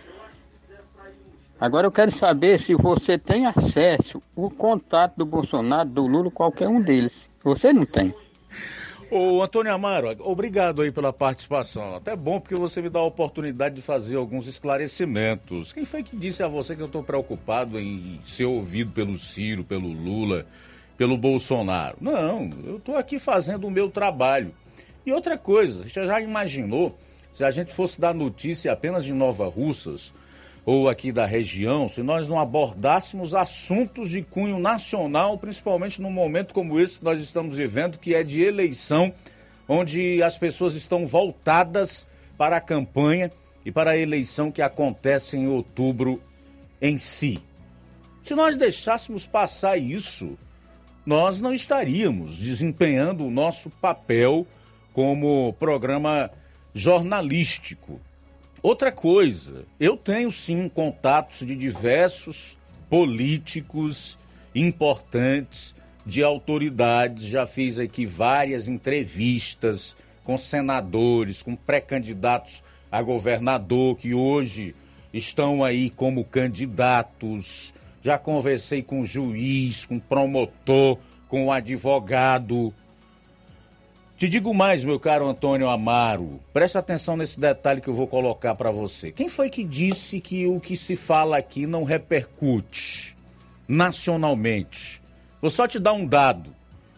Agora eu quero saber se você tem acesso ao contato do Bolsonaro, do Lula, qualquer um deles. Você não tem. Ô Antônio Amaro, obrigado aí pela participação. Até bom porque você me dá a oportunidade de fazer alguns esclarecimentos. Quem foi que disse a você que eu estou preocupado em ser ouvido pelo Ciro, pelo Lula, pelo Bolsonaro? Não, eu estou aqui fazendo o meu trabalho. E outra coisa, você já imaginou se a gente fosse dar notícia apenas de Nova Russas ou aqui da região, se nós não abordássemos assuntos de cunho nacional, principalmente num momento como esse que nós estamos vivendo, que é de eleição, onde as pessoas estão voltadas para a campanha e para a eleição que acontece em outubro em si. Se nós deixássemos passar isso, nós não estaríamos desempenhando o nosso papel como programa jornalístico. Outra coisa, eu tenho sim contatos de diversos políticos importantes, de autoridades, já fiz aqui várias entrevistas com senadores, com pré-candidatos a governador que hoje estão aí como candidatos, já conversei com juiz, com promotor, com advogado. Te digo mais, meu caro Antônio Amaro, preste atenção nesse detalhe que eu vou colocar para você. Quem foi que disse que o que se fala aqui não repercute nacionalmente? Vou só te dar um dado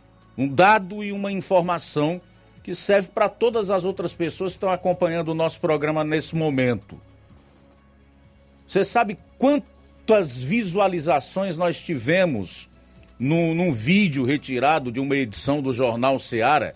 e uma informação que serve para todas as outras pessoas que estão acompanhando o nosso programa nesse momento. Você sabe quantas visualizações nós tivemos num vídeo retirado de uma edição do Jornal Seara?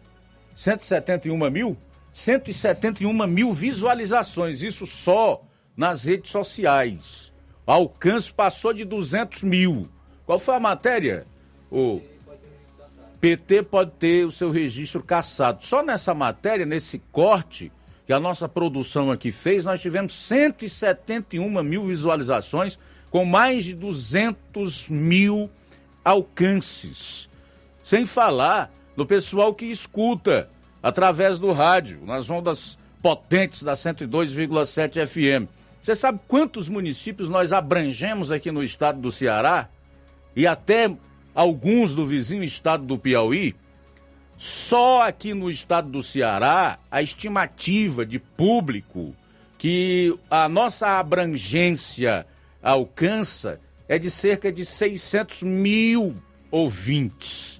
171 mil? 171 mil visualizações, isso só nas redes sociais. O alcance passou de 200 mil. Qual foi a matéria? O PT pode ter o seu registro cassado. Só nessa matéria, nesse corte, que a nossa produção aqui fez, nós tivemos 171 mil visualizações com mais de 200 mil alcances. Sem falar no pessoal que escuta através do rádio, nas ondas potentes da 102,7 FM. Você sabe quantos municípios nós abrangemos aqui no estado do Ceará? E até alguns do vizinho estado do Piauí? Só aqui no estado do Ceará, a estimativa de público que a nossa abrangência alcança é de cerca de 600 mil ouvintes,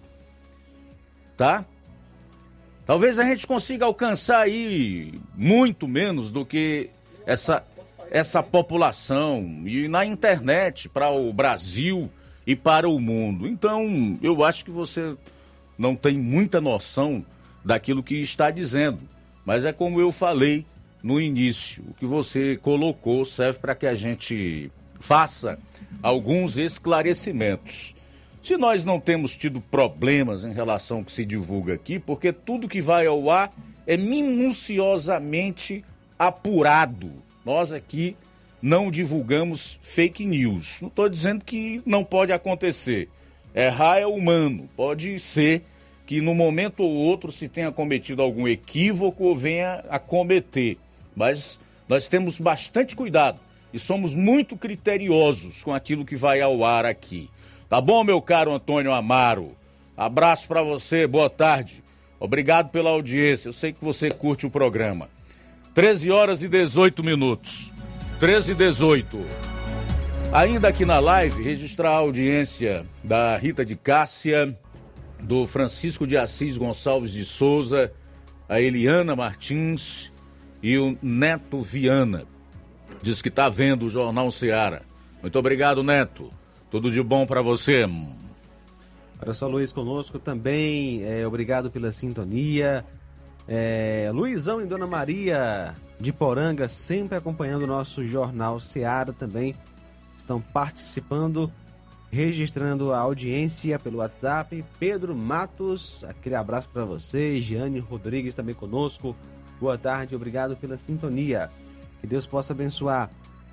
tá? Talvez a gente consiga alcançar aí muito menos do que essa população, e na internet para o Brasil e para o mundo. Então, eu acho que você não tem muita noção daquilo que está dizendo, mas é como eu falei no início, o que você colocou serve para que a gente faça alguns esclarecimentos. Se nós não temos tido problemas em relação ao que se divulga aqui, porque tudo que vai ao ar é minuciosamente apurado. Nós aqui não divulgamos fake news. Não estou dizendo que não pode acontecer. Errar é humano. Pode ser que no momento ou outro se tenha cometido algum equívoco ou venha a cometer. Mas nós temos bastante cuidado e somos muito criteriosos com aquilo que vai ao ar aqui. Tá bom, meu caro Antônio Amaro? Abraço para você, boa tarde. Obrigado pela audiência. Eu sei que você curte o programa. 13 horas e 18 minutos. 13 e 18. Ainda aqui na live, registrar a audiência da Rita de Cássia, do Francisco de Assis Gonçalves de Souza, a Eliana Martins e o Neto Viana. Diz que está vendo o Jornal Ceará. Muito obrigado, Neto. Tudo de bom para você. Olha só, Luiz conosco também. Obrigado pela sintonia. Luizão e Dona Maria de Poranga, sempre acompanhando o nosso Jornal Ceará também. Estão participando, registrando a audiência pelo WhatsApp. Pedro Matos, aquele abraço para você. Giane Rodrigues também conosco. Boa tarde, obrigado pela sintonia. Que Deus possa abençoar.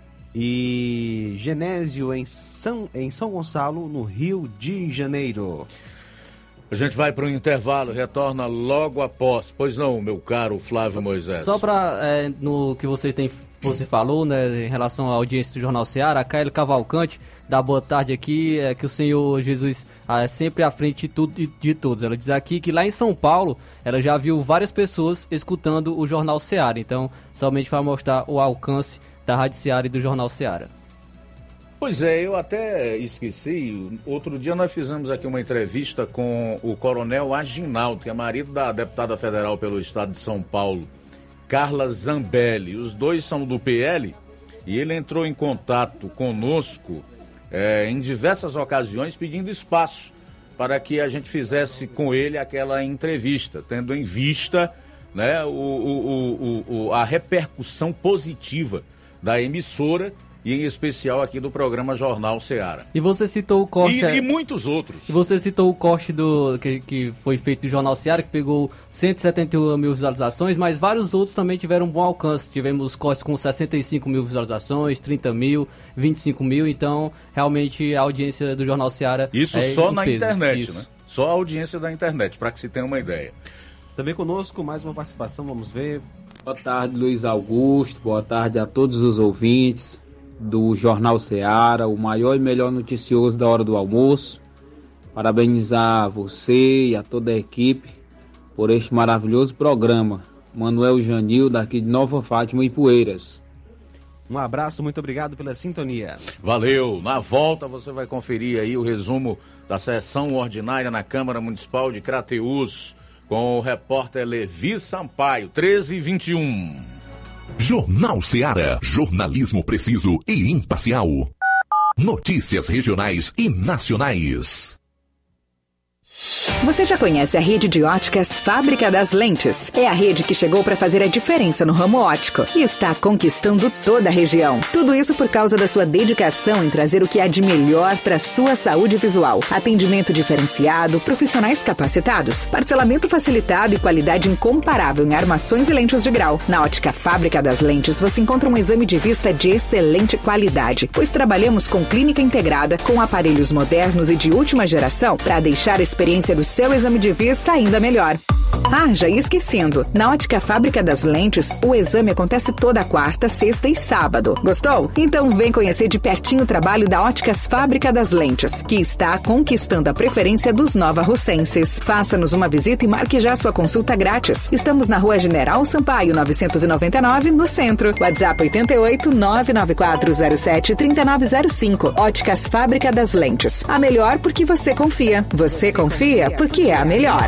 E Genésio em São Gonçalo, no Rio de Janeiro. A gente vai para um intervalo, retorna logo após. Pois não, meu caro Flávio Moisés. Só para, no que você falou, né, em relação à audiência do Jornal Ceará, a Caio Cavalcante dá boa tarde aqui, que o Senhor Jesus é sempre à frente de tudo e de todos. Ela diz aqui que lá em São Paulo, ela já viu várias pessoas escutando o Jornal Ceará. Então, somente para mostrar o alcance da Rádio Ceará e do Jornal Ceará. Pois é, eu até esqueci, outro dia nós fizemos aqui uma entrevista com o Coronel Aginaldo, que é marido da deputada federal pelo estado de São Paulo, Carla Zambelli. Os dois são do PL e ele entrou em contato conosco em diversas ocasiões pedindo espaço para que a gente fizesse com ele aquela entrevista, tendo em vista, né, a repercussão positiva da emissora e em especial aqui do programa Jornal Ceará. E você citou o corte... E muitos outros. E você citou o corte que foi feito do Jornal Ceará, que pegou 171 mil visualizações, mas vários outros também tiveram um bom alcance. Tivemos cortes com 65 mil visualizações, 30 mil, 25 mil, então realmente a audiência do Jornal Ceará... Isso só na internet, né? Só a audiência da internet, para que se tenha uma ideia. Também conosco, mais uma participação, vamos ver. Boa tarde, Luiz Augusto, boa tarde a todos os ouvintes do Jornal Ceará, o maior e melhor noticioso da hora do almoço. Parabenizar você e a toda a equipe por este maravilhoso programa. Manuel Janil, daqui de Nova Fátima, Ipueiras. Um abraço, muito obrigado pela sintonia. Valeu. Na volta você vai conferir aí o resumo da sessão ordinária na Câmara Municipal de Crateús com o repórter Levi Sampaio, 13h21. Jornal Ceará, jornalismo preciso e imparcial. Notícias regionais e nacionais. Você já conhece a rede de óticas Fábrica das Lentes? É a rede que chegou para fazer a diferença no ramo óptico e está conquistando toda a região. Tudo isso por causa da sua dedicação em trazer o que há de melhor para sua saúde visual. Atendimento diferenciado, profissionais capacitados, parcelamento facilitado e qualidade incomparável em armações e lentes de grau. Na ótica Fábrica das Lentes você encontra um exame de vista de excelente qualidade, pois trabalhamos com clínica integrada, com aparelhos modernos e de última geração para deixar a experiência do seu exame de vista ainda melhor. Ah, já ia esquecendo. Na ótica Fábrica das Lentes, o exame acontece toda quarta, sexta e sábado. Gostou? Então vem conhecer de pertinho o trabalho da Óticas Fábrica das Lentes, que está conquistando a preferência dos novarrocenses. Faça-nos uma visita e marque já sua consulta grátis. Estamos na Rua General Sampaio, 999, no centro. WhatsApp 88 99407 3905. Óticas Fábrica das Lentes. A melhor porque você confia. Você confia porque é a melhor.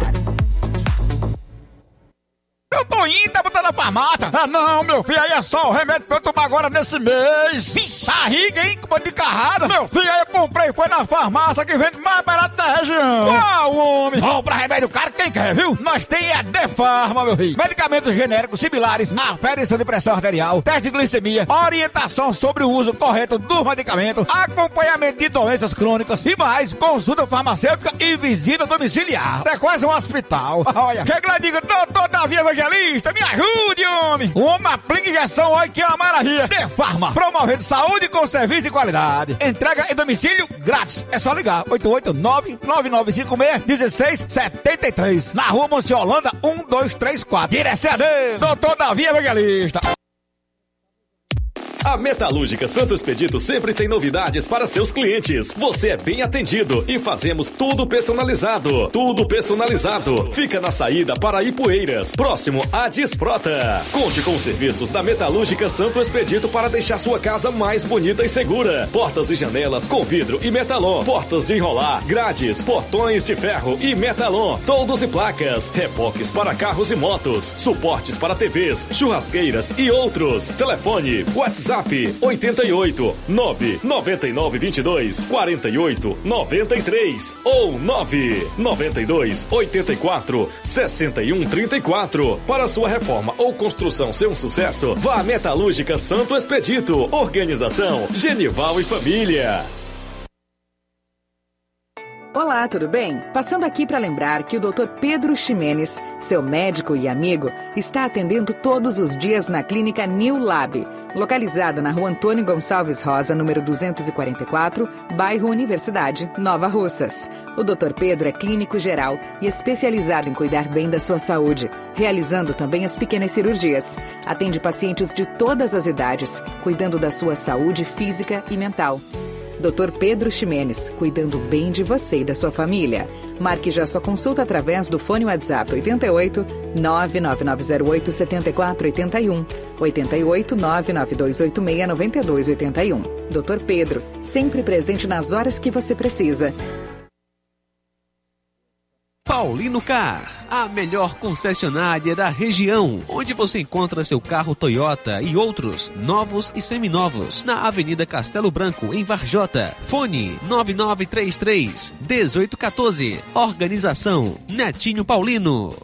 Eu tô indo, tá botando na farmácia. Ah, não, meu filho, aí é só o remédio pra eu tomar agora nesse mês. Barriga, hein, com de carrada. Meu filho, aí eu comprei, foi na farmácia que vende mais barato da região. Uau, homem. Compra remédio caro, quem quer, viu? Nós tem a Defarma, meu filho. Medicamentos genéricos similares, aferição de pressão arterial, teste de glicemia, orientação sobre o uso correto do medicamento, acompanhamento de doenças crônicas e mais, consulta farmacêutica e visita domiciliar. Até quase um hospital. Olha, chega lá e diga, doutor Davi Evangelista, me ajude, homem! Uma aplica injeção, olha que é uma maravilha! Defarma, promovendo saúde com serviço de qualidade. Entrega em domicílio grátis. É só ligar, 889-9956-1673. Na Rua Monsiolanda, 1234. Direção a Deus, doutor Davi Evangelista. A Metalúrgica Santo Expedito sempre tem novidades para seus clientes. Você é bem atendido e fazemos tudo personalizado. Tudo personalizado. Fica na saída para Ipueiras, próximo a Desprota. Conte com os serviços da Metalúrgica Santo Expedito para deixar sua casa mais bonita e segura. Portas e janelas com vidro e metalon. Portas de enrolar, grades, portões de ferro e metalon. Toldos e placas. Reboques para carros e motos. Suportes para TVs, churrasqueiras e outros. Telefone, WhatsApp 88 999 22 48 93 ou 992 84 61 34. Para sua reforma ou construção ser um sucesso, vá à Metalúrgica Santo Expedito. Organização Genival e Família. Olá, tudo bem? Passando aqui para lembrar que o Dr. Pedro Ximenes, seu médico e amigo, está atendendo todos os dias na clínica New Lab, localizada na Rua Antônio Gonçalves Rosa, número 244, bairro Universidade, Nova Russas. O Dr. Pedro é clínico geral e especializado em cuidar bem da sua saúde, realizando também as pequenas cirurgias. Atende pacientes de todas as idades, cuidando da sua saúde física e mental. Dr. Pedro Ximenes, cuidando bem de você e da sua família. Marque já sua consulta através do fone WhatsApp 88 99908 7481, 88 99286 9281. Dr. Pedro, sempre presente nas horas que você precisa. Paulino Car, a melhor concessionária da região, onde você encontra seu carro Toyota e outros novos e seminovos, na Avenida Castelo Branco, em Varjota. Fone 9933-1814. Organização Netinho Paulino.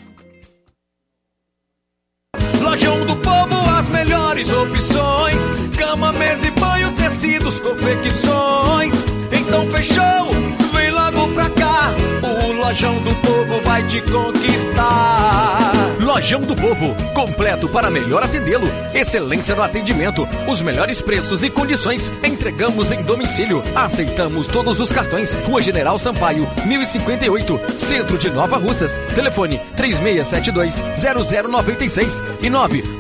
Lojão do Povo, as melhores opções: cama, mesa e banho, tecidos, confecções. Então fechou, vem logo pra cá, o Lojão do Povo vai te conquistar. Lojão do Povo, completo para melhor atendê-lo. Excelência no atendimento, os melhores preços e condições. Entregamos em domicílio. Aceitamos todos os cartões. Rua General Sampaio, 1058, Centro de Nova Russas. Telefone 3672-0096 e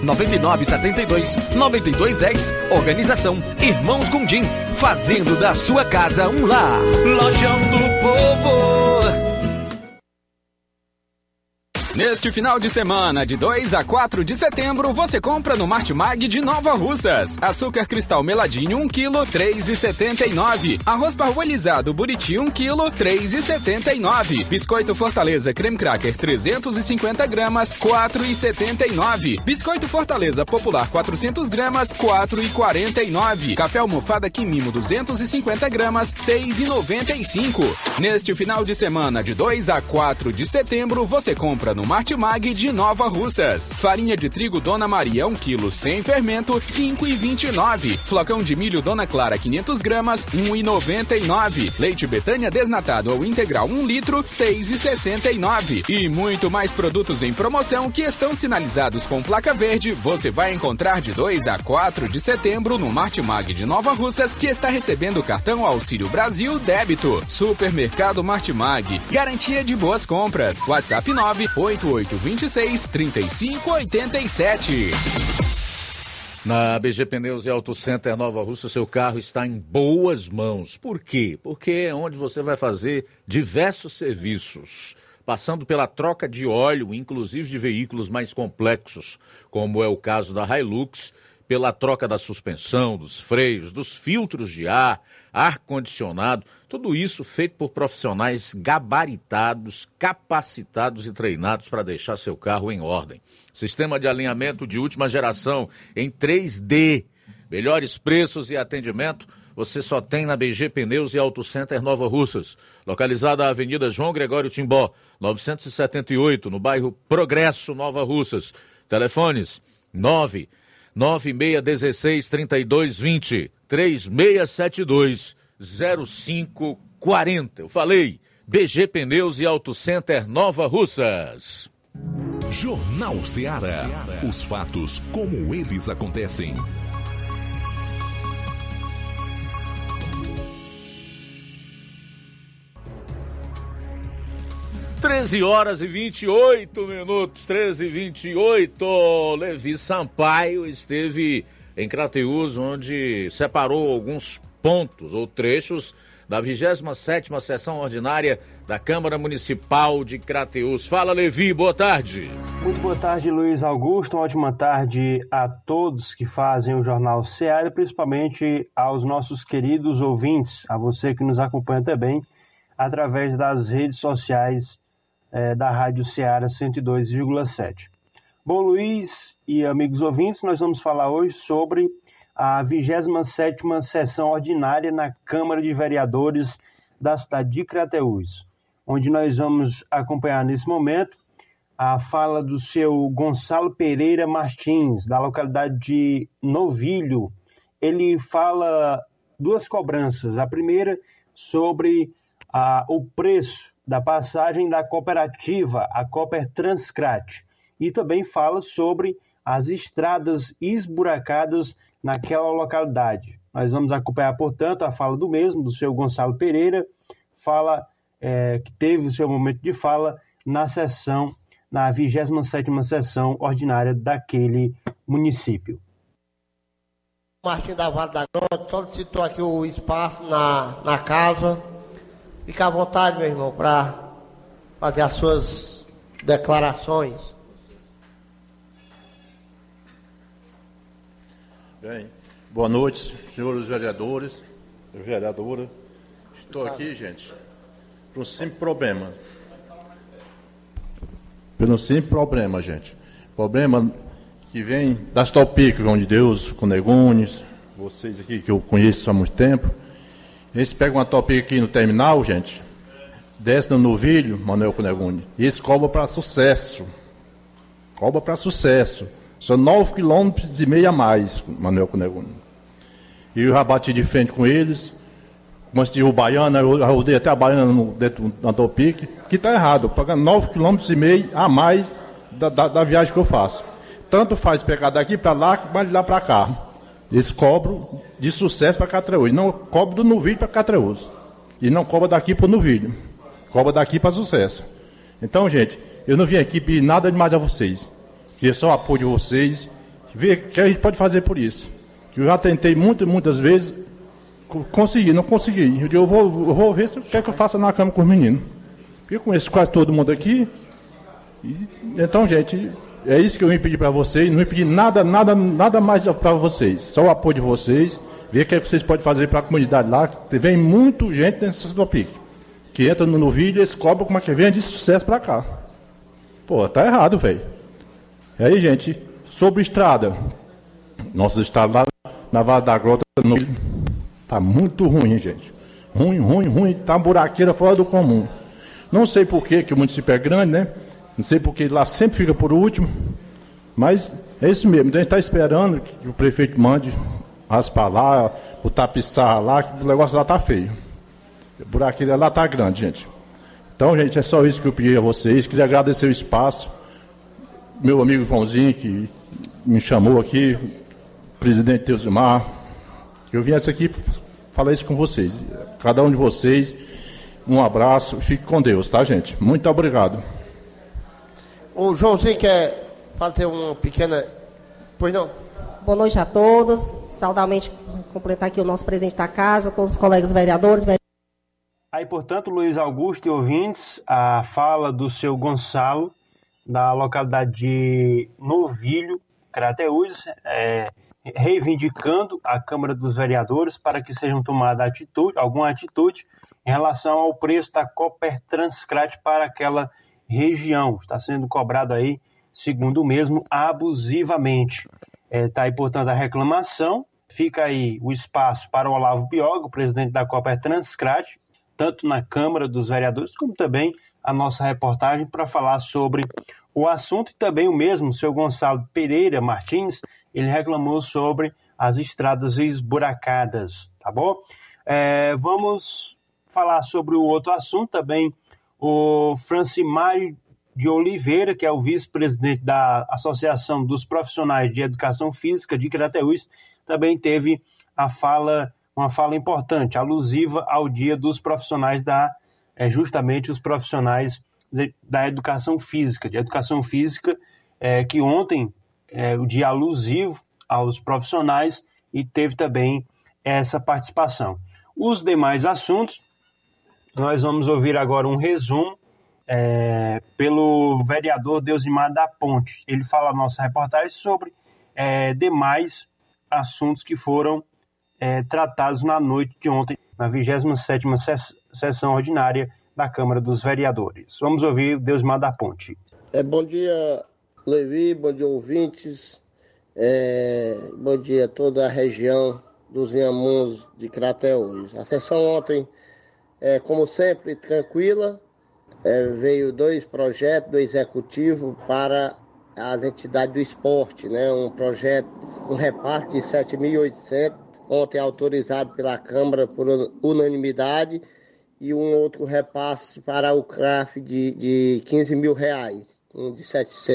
99972-9210. Organização Irmãos Gondim, fazendo da sua casa um lar. Lojão do Povo. Neste final de semana, de 2 a 4 de setembro, você compra no Martimag de Nova Russas. Açúcar cristal meladinho 1 kg, 3,79. Arroz parbolizado Buriti 1 kg, 3,79. Biscoito Fortaleza creme cracker 350 gramas, 4,79. Biscoito Fortaleza popular 400 gramas, 4,49. Café almofada Quimimo 250 gramas, 6,95. Neste final de semana, de 2 a 4 de setembro, você compra no Martimag de Nova Russas. Farinha de trigo Dona Maria 1 kg sem fermento, 5,29. Flocão de milho Dona Clara 500 gramas, 1,99. Leite Betânia desnatado ou integral 1 litro, 6,69. E muito mais produtos em promoção que estão sinalizados com placa verde, você vai encontrar de 2 a 4 de setembro no Martimag de Nova Russas, que está recebendo o cartão Auxílio Brasil Débito. Supermercado Martimag, garantia de boas compras. WhatsApp 98826-3587. Na BG Pneus e Auto Center Nova Russa, seu carro está em boas mãos. Por quê? Porque é onde você vai fazer diversos serviços, passando pela troca de óleo, inclusive de veículos mais complexos, como é o caso da Hilux, pela troca da suspensão, dos freios, dos filtros de ar, ar-condicionado, tudo isso feito por profissionais gabaritados, capacitados e treinados para deixar seu carro em ordem. Sistema de alinhamento de última geração em 3D. Melhores preços e atendimento você só tem na BG Pneus e Auto Center Nova Russas, localizada na Avenida João Gregório Timbó, 978, no bairro Progresso, Nova Russas. Telefones 99616-3220, 3672-0540. Eu falei, BG Pneus e Auto Center Nova Russas. Jornal Ceará. Os fatos como eles acontecem. Horas e 28 minutos, 13h28. Levi Sampaio esteve em Crateús, onde separou alguns pontos ou trechos da 27ª sessão ordinária da Câmara Municipal de Crateús. Fala, Levi, boa tarde. Muito boa tarde, Luiz Augusto. Uma ótima tarde a todos que fazem o Jornal Ceará, principalmente aos nossos queridos ouvintes, a você que nos acompanha também através das redes sociais da Rádio Ceará 102,7. Bom, Luiz e amigos ouvintes, nós vamos falar hoje sobre a 27ª sessão ordinária na Câmara de Vereadores da cidade de Crateús, onde nós vamos acompanhar nesse momento a fala do seu Gonçalo Pereira Martins, da localidade de Novilho. Ele fala duas cobranças. A primeira sobre o preço da passagem da cooperativa, a Cooper Transcrat, e também fala sobre as estradas esburacadas naquela localidade. Nós vamos acompanhar, portanto, a fala do mesmo, do seu Gonçalo Pereira, fala que teve o seu momento de fala na sessão, na 27ª sessão ordinária daquele município. Martim da Vale da Grande solicitou aqui o espaço na casa. Fica à vontade, meu irmão, para fazer as suas declarações. Bem, boa noite, senhores vereadores, vereadora. Estou aqui, gente, por um simples problema. Pelo simples problema, gente. Problema que vem das Topic, João de Deus, Conegunes, vocês aqui que eu conheço há muito tempo. Eles pegam uma Topic aqui no terminal, gente, desce no Novilho, Manuel Conegunes, e eles cobram para sucesso. Cobra para sucesso. São 9,5 km a mais, Manuel Conegunes. E eu já bati de frente com eles. Como se o Baiana, eu rodei até a Baiana dentro da Topic, que está errado, pagando 9,5 km a mais da viagem que eu faço. Tanto faz pegar daqui para lá, como de lá para cá. Eles cobram de sucesso para Crateús. Não cobram do Novilho para Crateús. E não cobra daqui para o Novilho. Cobra daqui para sucesso. Então, gente, eu não vim aqui pedir nada demais a vocês. Queria só o apoio de vocês. Ver o que a gente pode fazer por isso. Eu já tentei muitas vezes. Não consegui. Eu vou ver o que é que eu faço na cama com os meninos. Eu conheço quase todo mundo aqui. Então, gente, é isso que eu vim pedir para vocês. Não vim pedir nada mais para vocês. Só o apoio de vocês. Ver o que vocês podem fazer para a comunidade lá. Vem muita gente nessa topic. Que entra no vídeo e eles cobram como é que vem de sucesso para cá. Pô, tá errado, velho. E aí, gente, sobre estrada. Nossa estrada lá na Vale da Grota tá muito ruim, gente. Ruim. Tá uma buraqueira fora do comum. Não sei por que o município é grande, né? Não sei porque lá sempre fica por último. Mas é isso mesmo. Então a gente está esperando que o prefeito mande raspar lá, botar pissarra lá, que o negócio lá tá feio. A buraqueira lá tá grande, gente. Então, gente, é só isso que eu pedi a vocês. Queria agradecer o espaço. Meu amigo Joãozinho, que me chamou aqui, presidente Teosimar, que eu viesse aqui falar isso com vocês. Cada um de vocês, um abraço e fique com Deus, tá, gente? Muito obrigado. O Joãozinho quer fazer uma pequena... Pois não? Boa noite a todos. Saudamente completar aqui o nosso presidente da casa, todos os colegas vereadores. Aí, portanto, Luiz Augusto e ouvintes, a fala do seu Gonçalo, da localidade de Novilho, Crateús, reivindicando a Câmara dos Vereadores para que sejam tomada alguma atitude em relação ao preço da Cooper Transcrat para aquela região. Está sendo cobrado aí, segundo o mesmo, abusivamente. Está aí, portanto, a reclamação. Fica aí o espaço para o Olavo Bioga, o presidente da Cooper Transcrat, tanto na Câmara dos Vereadores, como também a nossa reportagem para falar sobre o assunto. E também o mesmo, o seu Gonçalo Pereira Martins, ele reclamou sobre as estradas esburacadas, tá bom? Vamos falar sobre o outro assunto também. O Francimário de Oliveira, que é o vice-presidente da Associação dos Profissionais de Educação Física de Crateús, também teve uma fala importante, alusiva ao Dia dos Profissionais justamente os profissionais da educação física, que ontem o dia alusivo aos profissionais e teve também essa participação. Os demais assuntos, nós vamos ouvir agora um resumo pelo vereador Deusimar da Ponte. Ele fala na nossa reportagem sobre demais assuntos que foram tratados na noite de ontem, na 27ª sessão ordinária da Câmara dos Vereadores. Vamos ouvir Deusimar da Ponte. Bom dia, Levi, bom dia, ouvintes. Bom dia a toda a região dos Inhamuns de Crateús. A sessão ontem, como sempre, tranquila. Veio 2 projetos do Executivo para as entidades do esporte, né? Um projeto, um repasse de 7.800, ontem autorizado pela Câmara por unanimidade, e um outro repasse para o CRAF de R$15.000, um de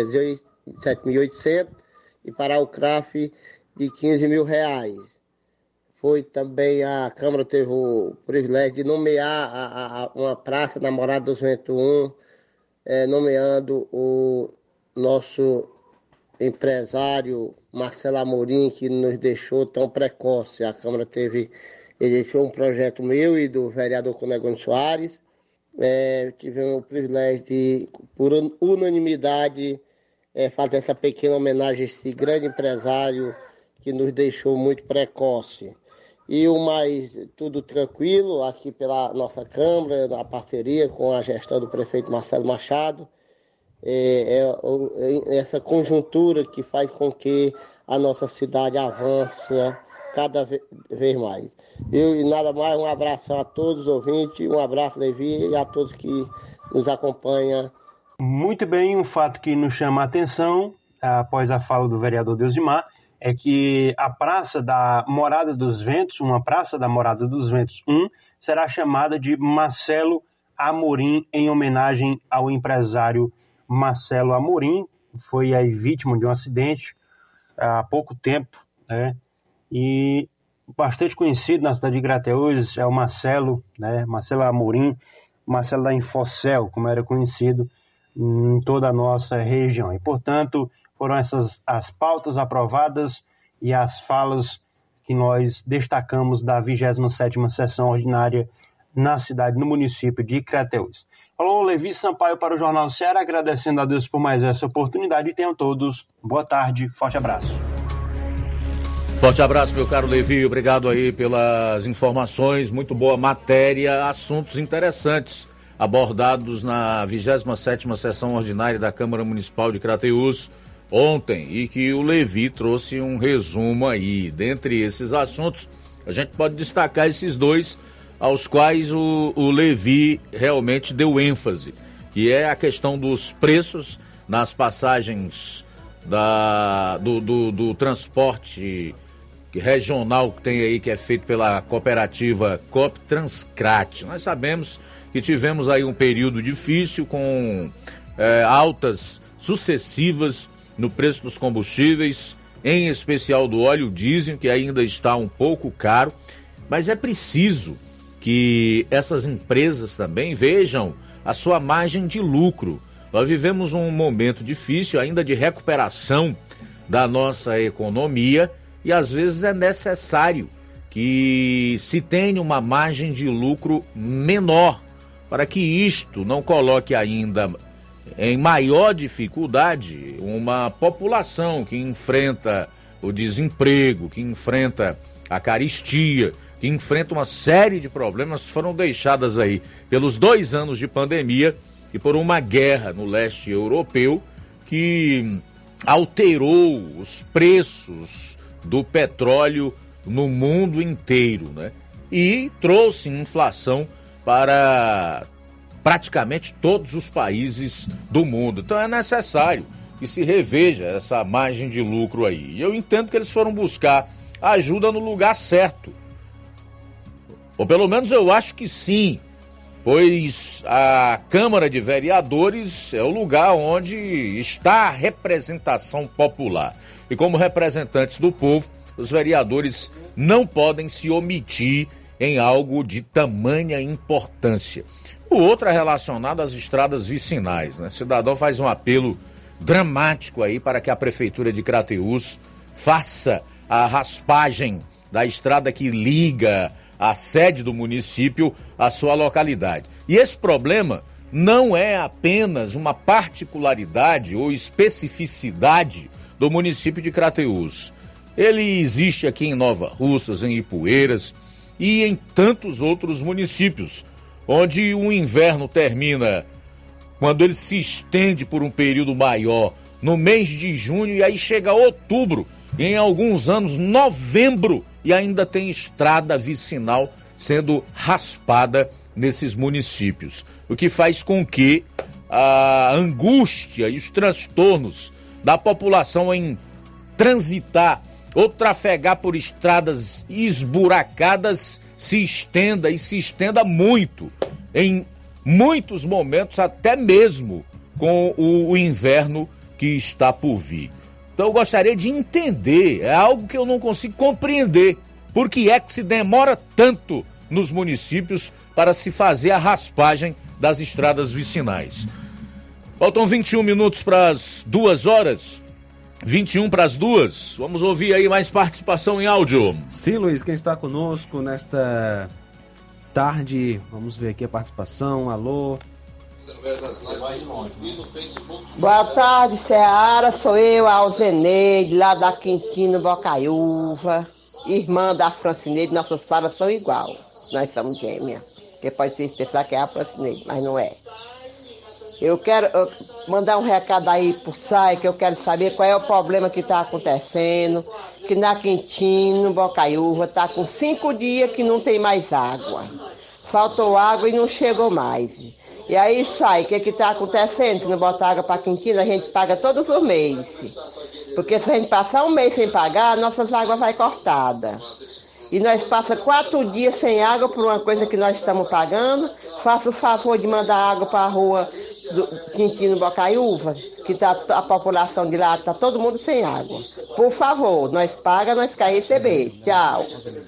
7.800 e para o CRAF de R$15.000. Foi também, a Câmara teve o privilégio de nomear uma praça na Morada dos 21, nomeando o nosso empresário Marcelo Amorim, que nos deixou tão precoce. A Câmara deixou um projeto meu e do vereador Conegônio Soares. Tivemos o privilégio de, por unanimidade, fazer essa pequena homenagem a esse grande empresário que nos deixou muito precoce. E o mais, tudo tranquilo aqui pela nossa Câmara, a parceria com a gestão do prefeito Marcelo Machado. Essa conjuntura que faz com que a nossa cidade avance cada vez mais. E nada mais, um abraço a todos os ouvintes, um abraço, Levi, e a todos que nos acompanham. Muito bem, um fato que nos chama a atenção, após a fala do vereador Deusimar, é que a Praça da Morada dos Ventos, uma Praça da Morada dos Ventos 1, será chamada de Marcelo Amorim, em homenagem ao empresário Marcelo Amorim, que foi aí vítima de um acidente há pouco tempo, né? E bastante conhecido na cidade de Crateús é o Marcelo, né? Marcelo Amorim, Marcelo da Infocel, como era conhecido em toda a nossa região. E, portanto, foram essas as pautas aprovadas e as falas que nós destacamos da 27ª sessão ordinária na cidade, no município de Crateús. Falou Levi Sampaio para o Jornal Ceará, agradecendo a Deus por mais essa oportunidade e tenham todos boa tarde, forte abraço. Forte abraço, meu caro Levi, obrigado aí pelas informações, muito boa matéria, assuntos interessantes abordados na 27ª sessão ordinária da Câmara Municipal de Crateús ontem e que o Levi trouxe um resumo aí. Dentre esses assuntos, a gente pode destacar esses dois aos quais o Levi realmente deu ênfase, que é a questão dos preços nas passagens do transporte regional que tem aí, que é feito pela cooperativa Coop Transcrat. Nós sabemos que tivemos aí um período difícil com altas sucessivas no preço dos combustíveis, em especial do óleo diesel, que ainda está um pouco caro, mas é preciso que essas empresas também vejam a sua margem de lucro. Nós vivemos um momento difícil ainda de recuperação da nossa economia e às vezes é necessário que se tenha uma margem de lucro menor para que isto não coloque ainda em maior dificuldade uma população que enfrenta o desemprego, que enfrenta a carestia, que enfrenta uma série de problemas que foram deixadas aí pelos 2 anos de pandemia e por uma guerra no leste europeu que alterou os preços do petróleo no mundo inteiro, né? E trouxe inflação para praticamente todos os países do mundo. Então é necessário que se reveja essa margem de lucro aí. E eu entendo que eles foram buscar ajuda no lugar certo. Ou pelo menos eu acho que sim, pois a Câmara de Vereadores é o lugar onde está a representação popular. E como representantes do povo, os vereadores não podem se omitir em algo de tamanha importância. O outro é relacionado às estradas vicinais, né? O cidadão faz um apelo dramático aí para que a Prefeitura de Crateús faça a raspagem da estrada que liga a sede do município à sua localidade. E esse problema não é apenas uma particularidade ou especificidade do município de Crateús. Ele existe aqui em Nova Russas, em Ipueiras e em tantos outros municípios, onde o inverno termina quando ele se estende por um período maior no mês de junho e aí chega outubro, e em alguns anos novembro, e ainda tem estrada vicinal sendo raspada nesses municípios, o que faz com que a angústia e os transtornos da população em transitar ou trafegar por estradas esburacadas se estenda muito, em muitos momentos até mesmo com o inverno que está por vir. Então eu gostaria de entender, é algo que eu não consigo compreender, por que é que se demora tanto nos municípios para se fazer a raspagem das estradas vicinais. Faltam 21 minutos para as 2 horas, 21 para as 2. Vamos ouvir aí mais participação em áudio. Sim, Luiz, quem está conosco nesta tarde, vamos ver aqui a participação. Alô. Boa tarde, Ceará. Sou eu, a Alzeneide, lá da Quintino Bocaiúva, irmã da Francineide. Nossas falas são igual. Nós somos gêmeas. Porque pode se pensar que é a Francineide, mas não é. Eu quero mandar um recado aí pro SAI, que eu quero saber qual é o problema que está acontecendo, que na Quintino Bocaiúva está com 5 dias que não tem mais água. Faltou água e não chegou mais. E aí, SAI, o que está acontecendo? Que não bota água para Quintino, a gente paga todos os meses. Porque se a gente passar um mês sem pagar, nossas águas vai cortada. E nós passamos 4 dias sem água por uma coisa que nós estamos pagando. Faça o favor de mandar água para a rua do Quintino Bocaiúva, que tá, a população de lá está todo mundo sem água. Por favor, nós pagamos, nós queremos receber. Tchau.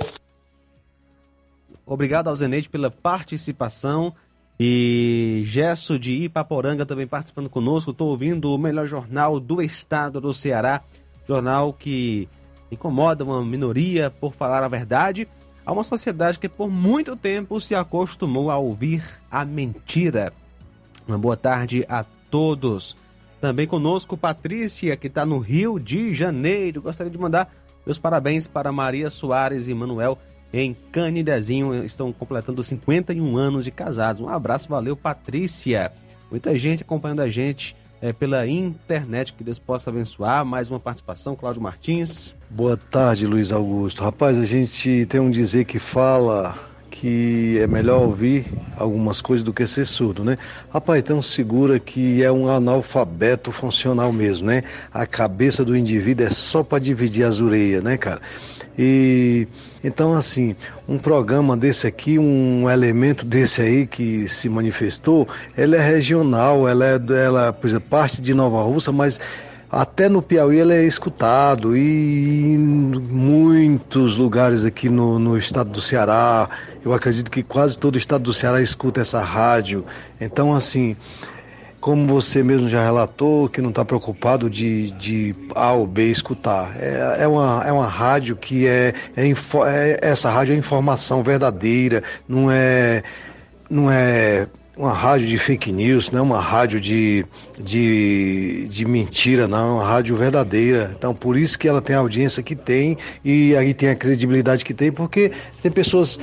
Obrigado, Alzeneide, pela participação. E Gesso de Ipaporanga também participando conosco. Estou ouvindo o melhor jornal do estado do Ceará, jornal que incomoda uma minoria por falar a verdade. a uma sociedade que por muito tempo se acostumou a ouvir a mentira. Uma boa tarde a todos. Também conosco Patrícia, que está no Rio de Janeiro. Gostaria de mandar meus parabéns para Maria Soares e Manuel em Canidezinho. Estão completando 51 anos de casados. Um abraço, valeu Patrícia. Muita gente acompanhando a gente pela internet, que Deus possa abençoar. Mais uma participação, Cláudio Martins. Boa tarde, Luiz Augusto. Rapaz, a gente tem um dizer que fala que é melhor ouvir algumas coisas do que ser surdo, né? Rapaz, então segura que é um analfabeto funcional mesmo, né? A cabeça do indivíduo é só para dividir as orelhas, né, cara? E então, assim, um programa desse aqui, um elemento desse aí que se manifestou, ele é regional, ela por exemplo, parte de Nova Russa, mas até no Piauí ele é escutado, e em muitos lugares aqui no estado do Ceará, eu acredito que quase todo o estado do Ceará escuta essa rádio. Então, assim, como você mesmo já relatou, que não está preocupado de A ou B escutar. É uma rádio que essa rádio é informação verdadeira, não é uma rádio de fake news, não é uma rádio de mentira, não, é uma rádio verdadeira. Então, por isso que ela tem a audiência que tem, e aí tem a credibilidade que tem, porque tem pessoas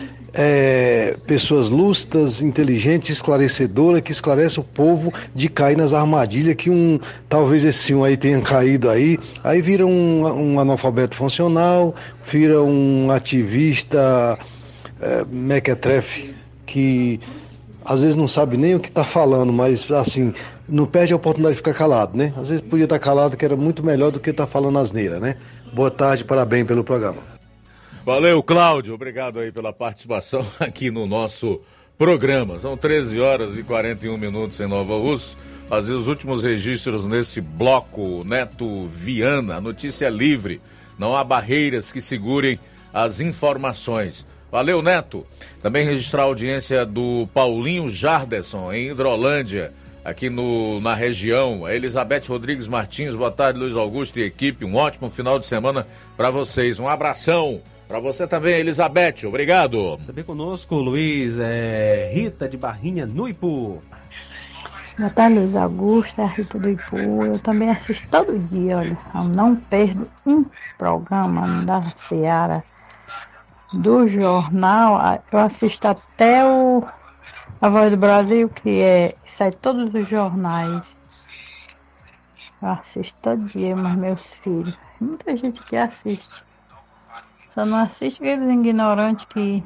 lúcidas, inteligentes, esclarecedoras, que esclarecem o povo de cair nas armadilhas que talvez esse aí tenha caído aí vira um analfabeto funcional, vira um ativista mequetrefe, que às vezes não sabe nem o que está falando, mas assim, não perde a oportunidade de ficar calado, né? Às vezes podia estar calado, que era muito melhor do que estar falando asneira, né? Boa tarde, parabéns pelo programa. Valeu, Cláudio, obrigado aí pela participação aqui no nosso programa. São 13 horas e 41 minutos em Nova Russa. Fazer os últimos registros nesse bloco, Neto Viana. A notícia é livre, não há barreiras que segurem as informações. Valeu, Neto. Também registrar a audiência do Paulinho Jarderson, em Hidrolândia, aqui na região. A Elizabeth Rodrigues Martins, boa tarde, Luiz Augusto e equipe. Um ótimo final de semana para vocês. Um abração para você também, Elizabeth. Obrigado. Também conosco, Luiz, Rita de Barrinha, no Ipu. Boa tarde, Luiz Augusto, é a Rita do Ipu. Eu também assisto todo dia, olha. Eu não perdo um programa da Seara. Do jornal, eu assisto até A Voz do Brasil, que sai todos os jornais. Eu assisto todo dia, mas meus filhos. Muita gente que assiste. Só não assiste aqueles ignorantes que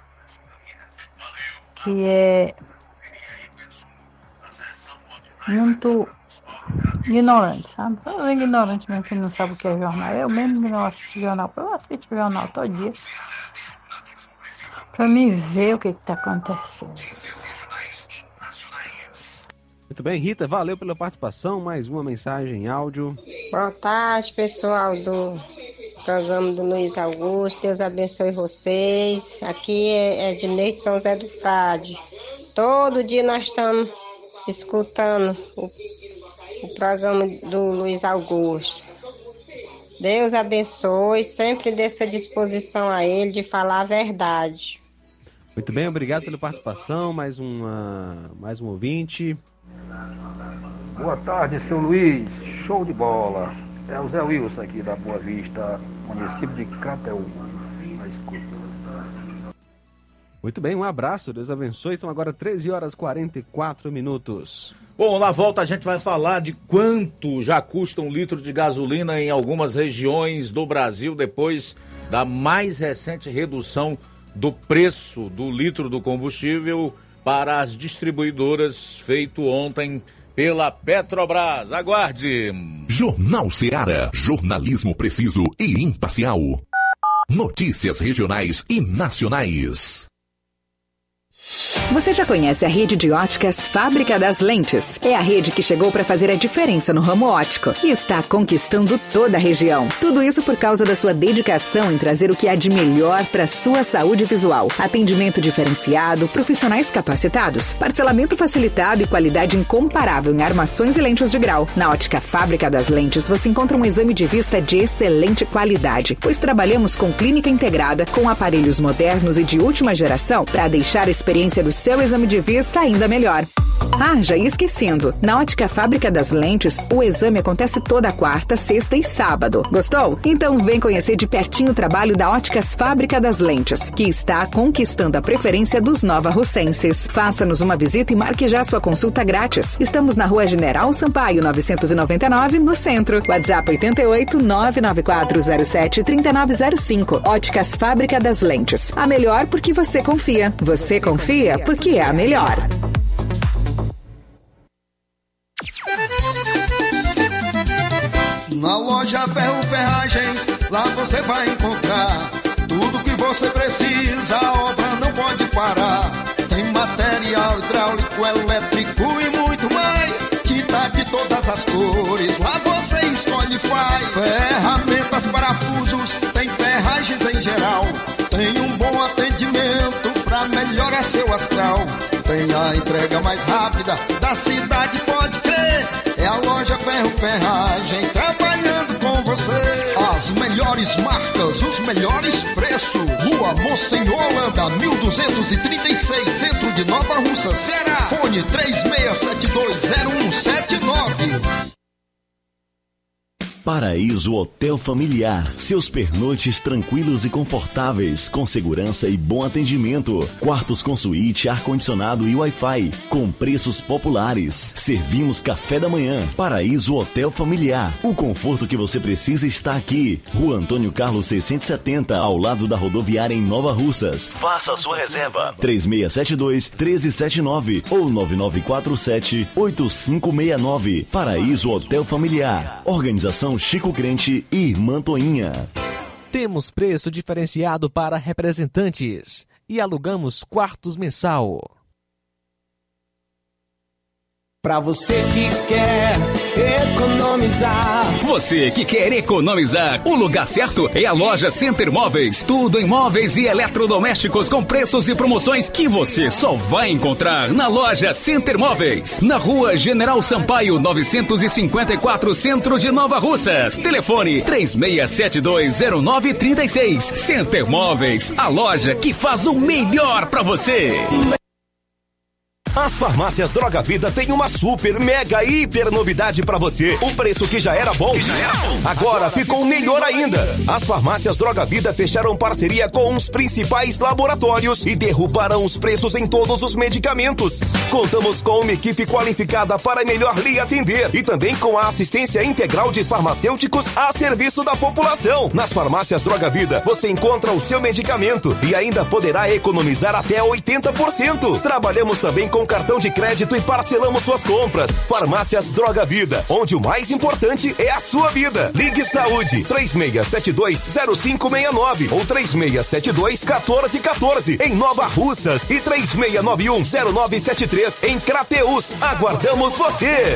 é muito ignorante, sabe? Os ignorantes mesmo que não sabem o que é jornal. Eu mesmo que não assisto jornal, eu assisto jornal todo dia. Para me ver o que está acontecendo. Muito bem, Rita, valeu pela participação. Mais uma mensagem em áudio. Boa tarde, pessoal do programa do Luiz Augusto. Deus abençoe vocês. Aqui é de Neide São José do Frade. Todo dia nós estamos escutando o programa do Luiz Augusto. Deus abençoe, sempre dê essa disposição a ele de falar a verdade. Muito bem, obrigado pela participação. Mais um ouvinte. Boa tarde, seu Luiz. Show de bola. É o Zé Wilson aqui da Boa Vista, município de Crateús. Na escuta. Muito bem, um abraço, Deus abençoe. São agora 13 horas e 44 minutos. Bom, na volta a gente vai falar de quanto já custa um litro de gasolina em algumas regiões do Brasil depois da mais recente redução do preço do litro do combustível para as distribuidoras, feito ontem pela Petrobras. Aguarde! Jornal Ceará, jornalismo preciso e imparcial. Notícias regionais e nacionais. Você já conhece a rede de óticas Fábrica das Lentes? É a rede que chegou para fazer a diferença no ramo óptico e está conquistando toda a região. Tudo isso por causa da sua dedicação em trazer o que há de melhor para sua saúde visual. Atendimento diferenciado, profissionais capacitados, parcelamento facilitado e qualidade incomparável em armações e lentes de grau. Na ótica Fábrica das Lentes você encontra um exame de vista de excelente qualidade, pois trabalhamos com clínica integrada, com aparelhos modernos e de última geração para deixar a experiência do seu exame de vista ainda melhor. Ah, já ia esquecendo. Na ótica Fábrica das Lentes, o exame acontece toda quarta, sexta e sábado. Gostou? Então vem conhecer de pertinho o trabalho da Óticas Fábrica das Lentes, que está conquistando a preferência dos novarrocenses. Faça-nos uma visita e marque já sua consulta grátis. Estamos na Rua General Sampaio, 999, no centro. WhatsApp 88 99407 3905. Óticas Fábrica das Lentes. A melhor porque você confia. Você confia porque é a melhor. Na loja Ferro Ferragens, lá você vai encontrar tudo que você precisa, a obra não pode parar. Tem material hidráulico, elétrico e muito mais. Tinta de todas as cores, lá você escolhe e faz. Ferramentas, parafusos, tem ferragens em geral. Tem um bom atendimento pra melhorar seu astral. Tem a entrega mais rápida da cidade, pode crer. É a loja Ferro Ferragem trabalhando com você. As melhores marcas, os melhores preços. Rua Monsenhor Holanda, 1236, centro de Nova Russa, Ceará. Fone 36720179. Paraíso Hotel Familiar. Seus pernoites tranquilos e confortáveis, com segurança e bom atendimento. Quartos com suíte, ar-condicionado e Wi-Fi, com preços populares. Servimos café da manhã. Paraíso Hotel Familiar. O conforto que você precisa está aqui. Rua Antônio Carlos 670, ao lado da rodoviária em Nova Russas. Faça a sua reserva. 3672-1379 ou 9947-8569. Paraíso Hotel Familiar. Organização Chico Crente e Mantoinha. Temos preço diferenciado para representantes e alugamos quartos mensal. Pra você que quer economizar. Você que quer economizar, o lugar certo é a loja Center Móveis. Tudo em móveis e eletrodomésticos com preços e promoções que você só vai encontrar na loja Center Móveis. Na Rua General Sampaio, 954, centro de Nova Russas. Telefone 36720936. Center Móveis, a loja que faz o melhor pra você. As farmácias Droga Vida têm uma super, mega, hiper novidade pra você. O preço que já era bom, agora ficou melhor ainda. As farmácias Droga Vida fecharam parceria com os principais laboratórios e derrubaram os preços em todos os medicamentos. Contamos com uma equipe qualificada para melhor lhe atender e também com a assistência integral de farmacêuticos a serviço da população. Nas farmácias Droga Vida, você encontra o seu medicamento e ainda poderá economizar até 80%. Trabalhamos também com cartão de crédito e parcelamos suas compras. Farmácias Droga Vida, onde o mais importante é a sua vida. Ligue Saúde 3672-0569 ou 3672-1414 em Nova Russas e 3691-0973 em Crateús. Aguardamos você!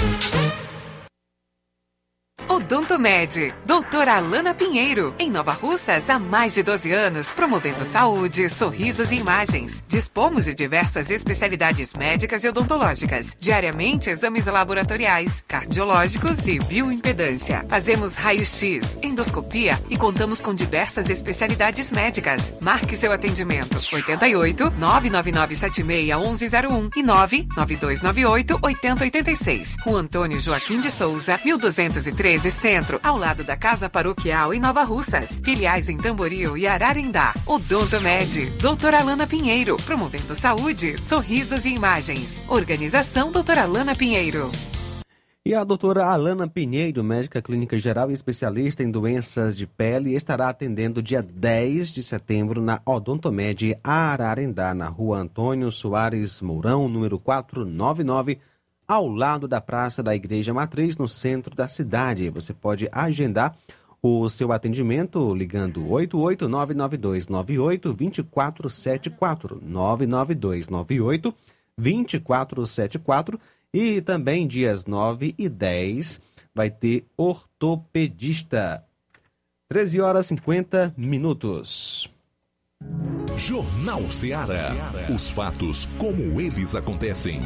Odontomed, doutora Alana Pinheiro, em Nova Russas há mais de 12 anos, promovendo saúde, sorrisos e imagens. Dispomos de diversas especialidades médicas e odontológicas, diariamente exames laboratoriais, cardiológicos e bioimpedância. Fazemos raio-x, endoscopia e contamos com diversas especialidades médicas. Marque seu atendimento 88 999 76 1101 e 99298 8086. Rua Antônio Joaquim de Souza, 1213 Centro, ao lado da Casa Paroquial em Nova Russas. Filiais em Tamboril e Ararindá. Odontomed, doutora Alana Pinheiro, promovendo saúde, sorrisos e imagens. Organização doutora Alana Pinheiro. E a doutora Alana Pinheiro, médica clínica geral e especialista em doenças de pele, estará atendendo dia 10 de setembro na Odontomed Ararendá, na Rua Antônio Soares Mourão, número 499, ao lado da Praça da Igreja Matriz, no centro da cidade. Você pode agendar o seu atendimento ligando 88992982474, 992982474, e também dias 9 e 10 vai ter ortopedista. 13h50. Jornal Ceará. Os fatos como eles acontecem.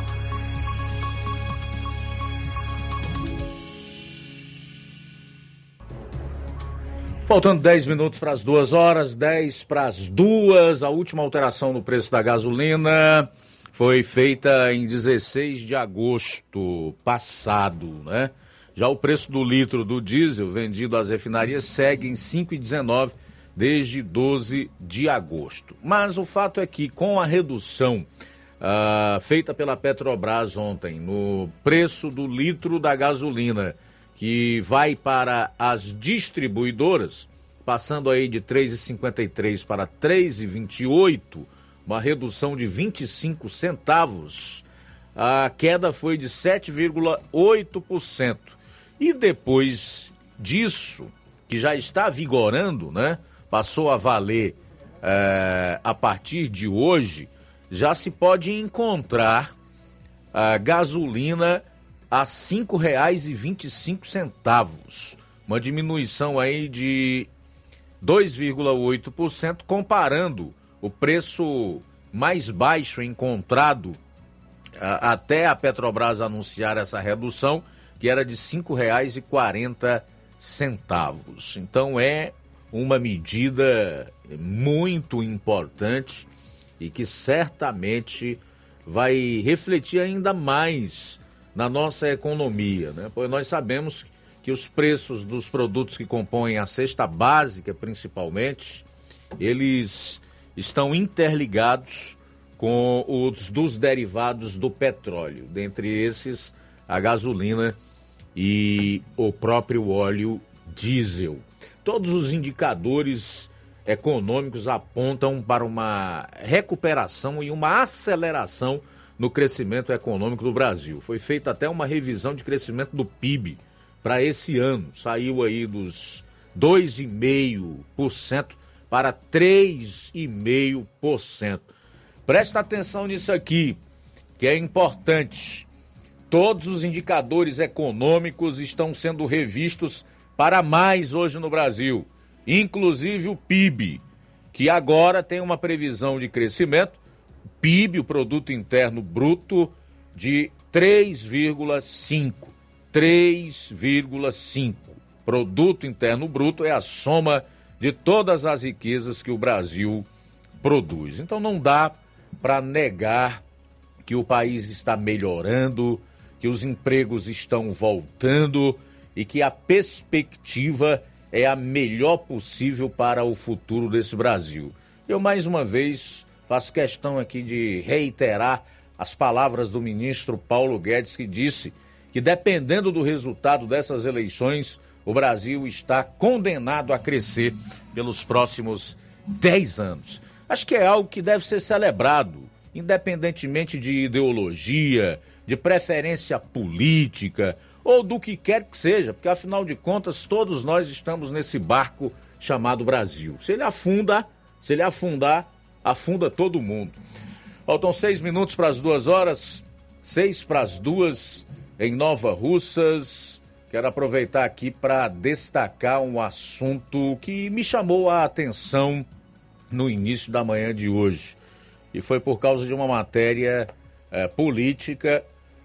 Faltando 10 minutos para as 2 horas, 10 para as 2, a última alteração no preço da gasolina foi feita em 16 de agosto passado, né? Já o preço do litro do diesel vendido às refinarias segue em R$ 5,19 desde 12 de agosto. Mas o fato é que com a redução feita pela Petrobras ontem no preço do litro da gasolina, que vai para as distribuidoras, passando aí de R$ 3,53 para R$ 3,28, uma redução de 25 centavos, a queda foi de 7,8%. E depois disso, que já está vigorando, né? Passou a valer a partir de hoje, já se pode encontrar a gasolina a R$ 5,25, uma diminuição aí de 2,8%, comparando o preço mais baixo encontrado até a Petrobras anunciar essa redução, que era de R$ 5,40. Então é uma medida muito importante e que certamente vai refletir ainda mais na nossa economia, né? Pois nós sabemos que os preços dos produtos que compõem a cesta básica, principalmente, eles estão interligados com os dos derivados do petróleo, dentre esses a gasolina e o próprio óleo diesel. Todos os indicadores econômicos apontam para uma recuperação e uma aceleração no crescimento econômico do Brasil. Foi feita até uma revisão de crescimento do PIB para esse ano. Saiu aí dos 2,5% para 3,5%. Presta atenção nisso aqui, que é importante. Todos os indicadores econômicos estão sendo revistos para mais hoje no Brasil, inclusive o PIB, que agora tem uma previsão de crescimento, PIB, o Produto Interno Bruto, de 3,5. 3,5. Produto Interno Bruto é a soma de todas as riquezas que o Brasil produz. Então não dá para negar que o país está melhorando, que os empregos estão voltando e que a perspectiva é a melhor possível para o futuro desse Brasil. Eu, mais uma vez, faço questão aqui de reiterar as palavras do ministro Paulo Guedes, que disse que, dependendo do resultado dessas eleições, o Brasil está condenado a crescer pelos próximos 10 anos. Acho que é algo que deve ser celebrado, independentemente de ideologia, de preferência política ou do que quer que seja, porque, afinal de contas, todos nós estamos nesse barco chamado Brasil. Se ele afundar, afunda todo mundo. Faltam 6 minutos para as 2 horas, 6 para as 2 em Nova Russas. Quero aproveitar aqui para destacar um assunto que me chamou a atenção no início da manhã de hoje. E foi por causa de uma matéria política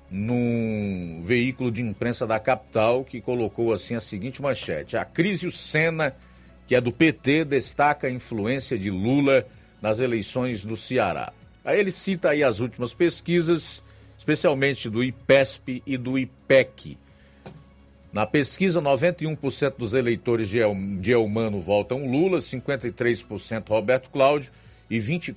num veículo de imprensa da capital, que colocou assim a seguinte manchete: a Crisio Sena, que é do PT, destaca a influência de Lula nas eleições do Ceará. Aí ele cita aí as últimas pesquisas, especialmente do IPESP e do IPEC. Na pesquisa, 91% dos eleitores de Elmano votam Lula, 53% Roberto Cláudio e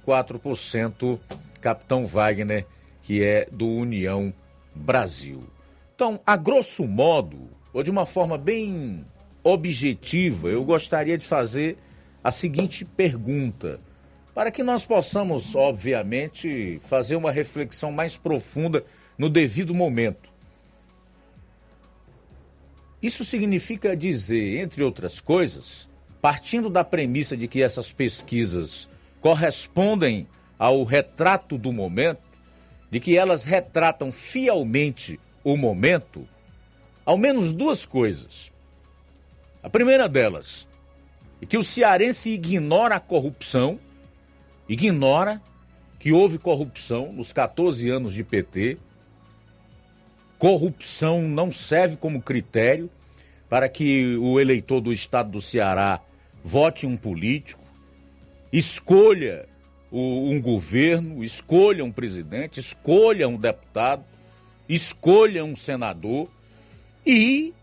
24% Capitão Wagner, que é do União Brasil. Então, a grosso modo, ou de uma forma bem objetiva, eu gostaria de fazer a seguinte pergunta, para que nós possamos, obviamente, fazer uma reflexão mais profunda no devido momento. Isso significa dizer, entre outras coisas, partindo da premissa de que essas pesquisas correspondem ao retrato do momento, de que elas retratam fielmente o momento, ao menos duas coisas. A primeira delas é que o cearense ignora a corrupção, ignora que houve corrupção nos 14 anos de PT. Corrupção não serve como critério para que o eleitor do estado do Ceará vote um político, escolha um governo, escolha um presidente, escolha um deputado, escolha um senador e,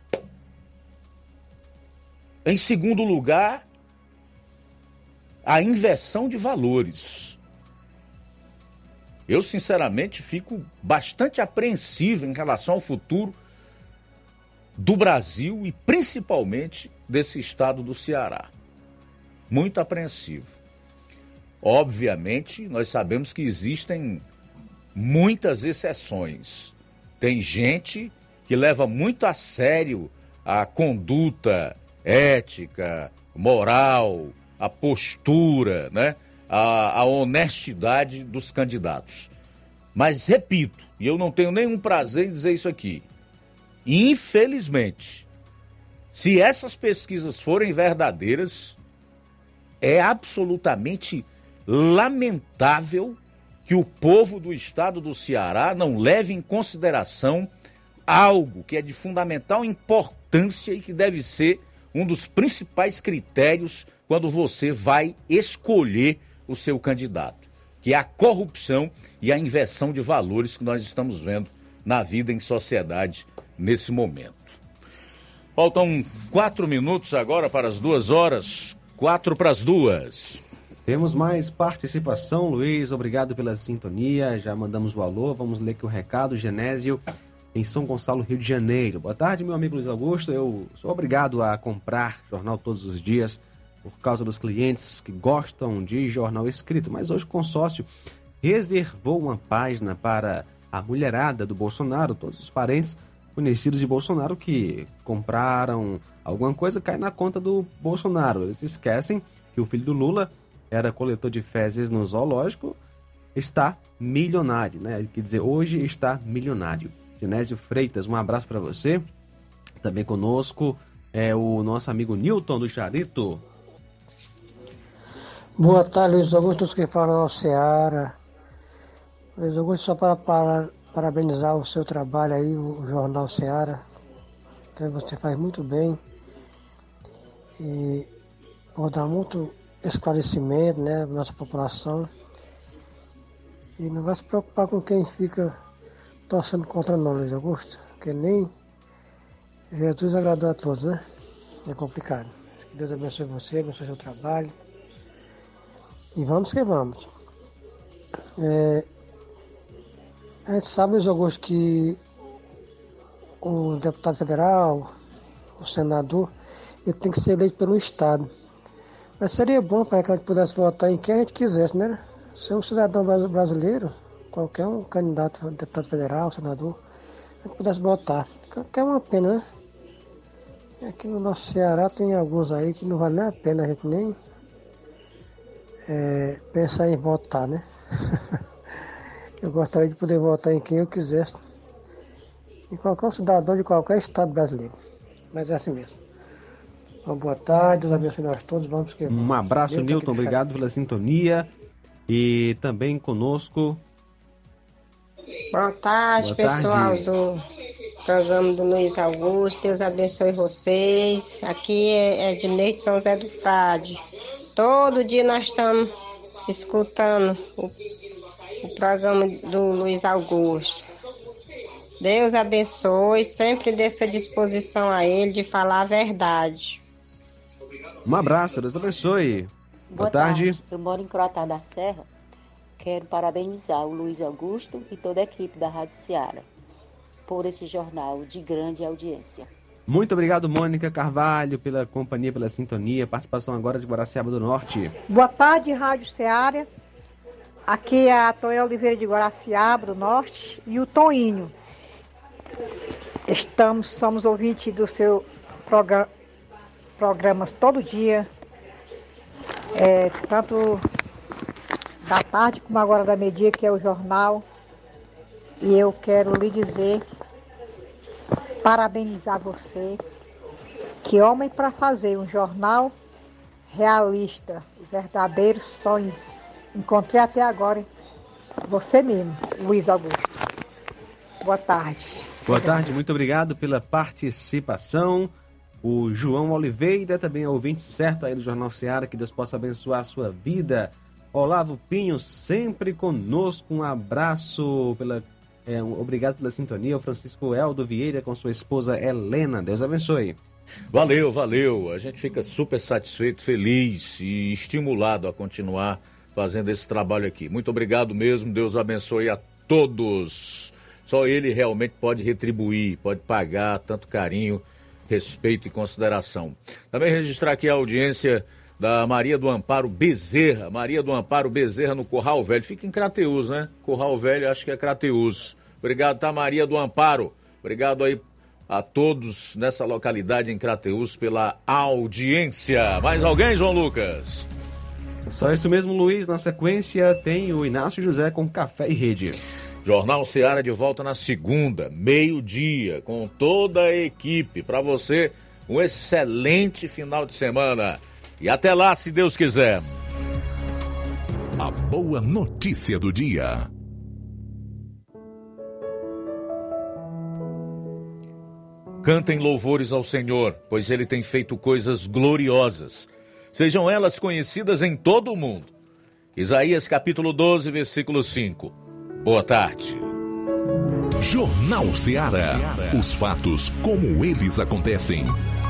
em segundo lugar, a inversão de valores. Eu, sinceramente, fico bastante apreensivo em relação ao futuro do Brasil e principalmente desse estado do Ceará. Muito apreensivo. Obviamente, nós sabemos que existem muitas exceções. Tem gente que leva muito a sério a conduta ética, moral, a postura, né? A honestidade dos candidatos. Mas, repito, e eu não tenho nenhum prazer em dizer isso aqui, infelizmente, se essas pesquisas forem verdadeiras, é absolutamente lamentável que o povo do estado do Ceará não leve em consideração algo que é de fundamental importância e que deve ser um dos principais critérios quando você vai escolher o seu candidato, que é a corrupção e a inversão de valores que nós estamos vendo na vida em sociedade nesse momento. Faltam 4 minutos agora para as 2 horas, 4 para as 2. Temos mais participação, Luiz, obrigado pela sintonia, já mandamos o alô, vamos ler aqui o recado, Genésio, em São Gonçalo, Rio de Janeiro. Boa tarde, meu amigo Luiz Augusto, eu sou obrigado a comprar jornal todos os dias por causa dos clientes que gostam de jornal escrito, mas hoje o consórcio reservou uma página para a mulherada do Bolsonaro, todos os parentes conhecidos de Bolsonaro que compraram alguma coisa, cai na conta do Bolsonaro. Eles esquecem que o filho do Lula era coletor de fezes no zoológico, está milionário, né? Quer dizer, hoje está milionário. Genésio Freitas, um abraço para você. Também conosco é o nosso amigo Newton do Charito. Boa tarde, Luiz Augusto, que fala ao Ceará. Luiz Augusto, só para parabenizar o seu trabalho aí, o Jornal Ceará, que você faz muito bem. E vou dar muito esclarecimento, né, para nossa população. E não vai se preocupar com quem fica torcendo contra nós, Luiz Augusto, porque nem Jesus agradou a todos, né? É complicado. Que Deus abençoe você, abençoe seu trabalho. E vamos que vamos. A gente sabe, Luiz Augusto, que o deputado federal, o senador, ele tem que ser eleito pelo Estado. Mas seria bom para que a gente pudesse votar em quem a gente quisesse, né? Ser um cidadão brasileiro, qualquer um candidato a deputado federal, senador, a gente pudesse votar. Que é uma pena, né? Aqui no nosso Ceará tem alguns aí que não vale nem a pena a gente nem pensar em votar, né? Eu gostaria de poder votar em quem eu quisesse, em qualquer cidadão de qualquer estado brasileiro. Mas é assim mesmo. Uma boa tarde, Deus abençoe nós todos, vamos que vamos. Um abraço, Newton, obrigado pela sintonia. E também conosco... Boa tarde, pessoal do programa do Luiz Augusto, Deus abençoe vocês. Aqui é de Neide São José do Frade. Todo dia nós estamos escutando o programa do Luiz Augusto. Deus abençoe, sempre dê essa disposição a ele de falar a verdade. Um abraço, Deus abençoe. Boa tarde. Eu moro em Croatá da Serra. Quero parabenizar o Luiz Augusto e toda a equipe da Rádio Ceará por esse jornal de grande audiência. Muito obrigado, Mônica Carvalho, pela companhia, pela sintonia. Participação agora de Guaraciaba do Norte. Boa tarde, Rádio Ceará. Aqui é a Toia Oliveira de Guaraciaba do Norte e o Toinho. Somos ouvintes do seu programas todo dia, tanto da tarde como agora da meio-dia, que é o jornal. E eu quero lhe dizer, parabenizar você, que homem para fazer um jornal realista, verdadeiros sonhos. Encontrei até agora você mesmo, Luiz Augusto. Boa tarde. Boa tarde, muito obrigado pela participação. O João Oliveira, também é ouvinte certo aí do Jornal Seara, que Deus possa abençoar a sua vida. Olavo Pinho, sempre conosco, um abraço, obrigado pela sintonia. O Francisco Eldo Vieira com sua esposa Helena, Deus abençoe. Valeu, valeu, a gente fica super satisfeito, feliz e estimulado a continuar fazendo esse trabalho aqui. Muito obrigado mesmo, Deus abençoe a todos. Só Ele realmente pode retribuir, pode pagar tanto carinho, respeito e consideração. Também registrar aqui a audiência da Maria do Amparo Bezerra. Maria do Amparo Bezerra no Curral Velho. Fica em Crateús, né? Curral Velho, acho que é Crateús. Obrigado, tá, Maria do Amparo? Obrigado aí a todos nessa localidade em Crateús pela audiência. Mais alguém, João Lucas? Só isso mesmo, Luiz. Na sequência tem o Inácio José com Café e Rede. Jornal Seara de volta na segunda, meio-dia, com toda a equipe. Para você, um excelente final de semana. E até lá, se Deus quiser. A boa notícia do dia. Cantem louvores ao Senhor, pois Ele tem feito coisas gloriosas. Sejam elas conhecidas em todo o mundo. Isaías capítulo 12, versículo 5. Boa tarde. Jornal Seara. Os fatos como eles acontecem.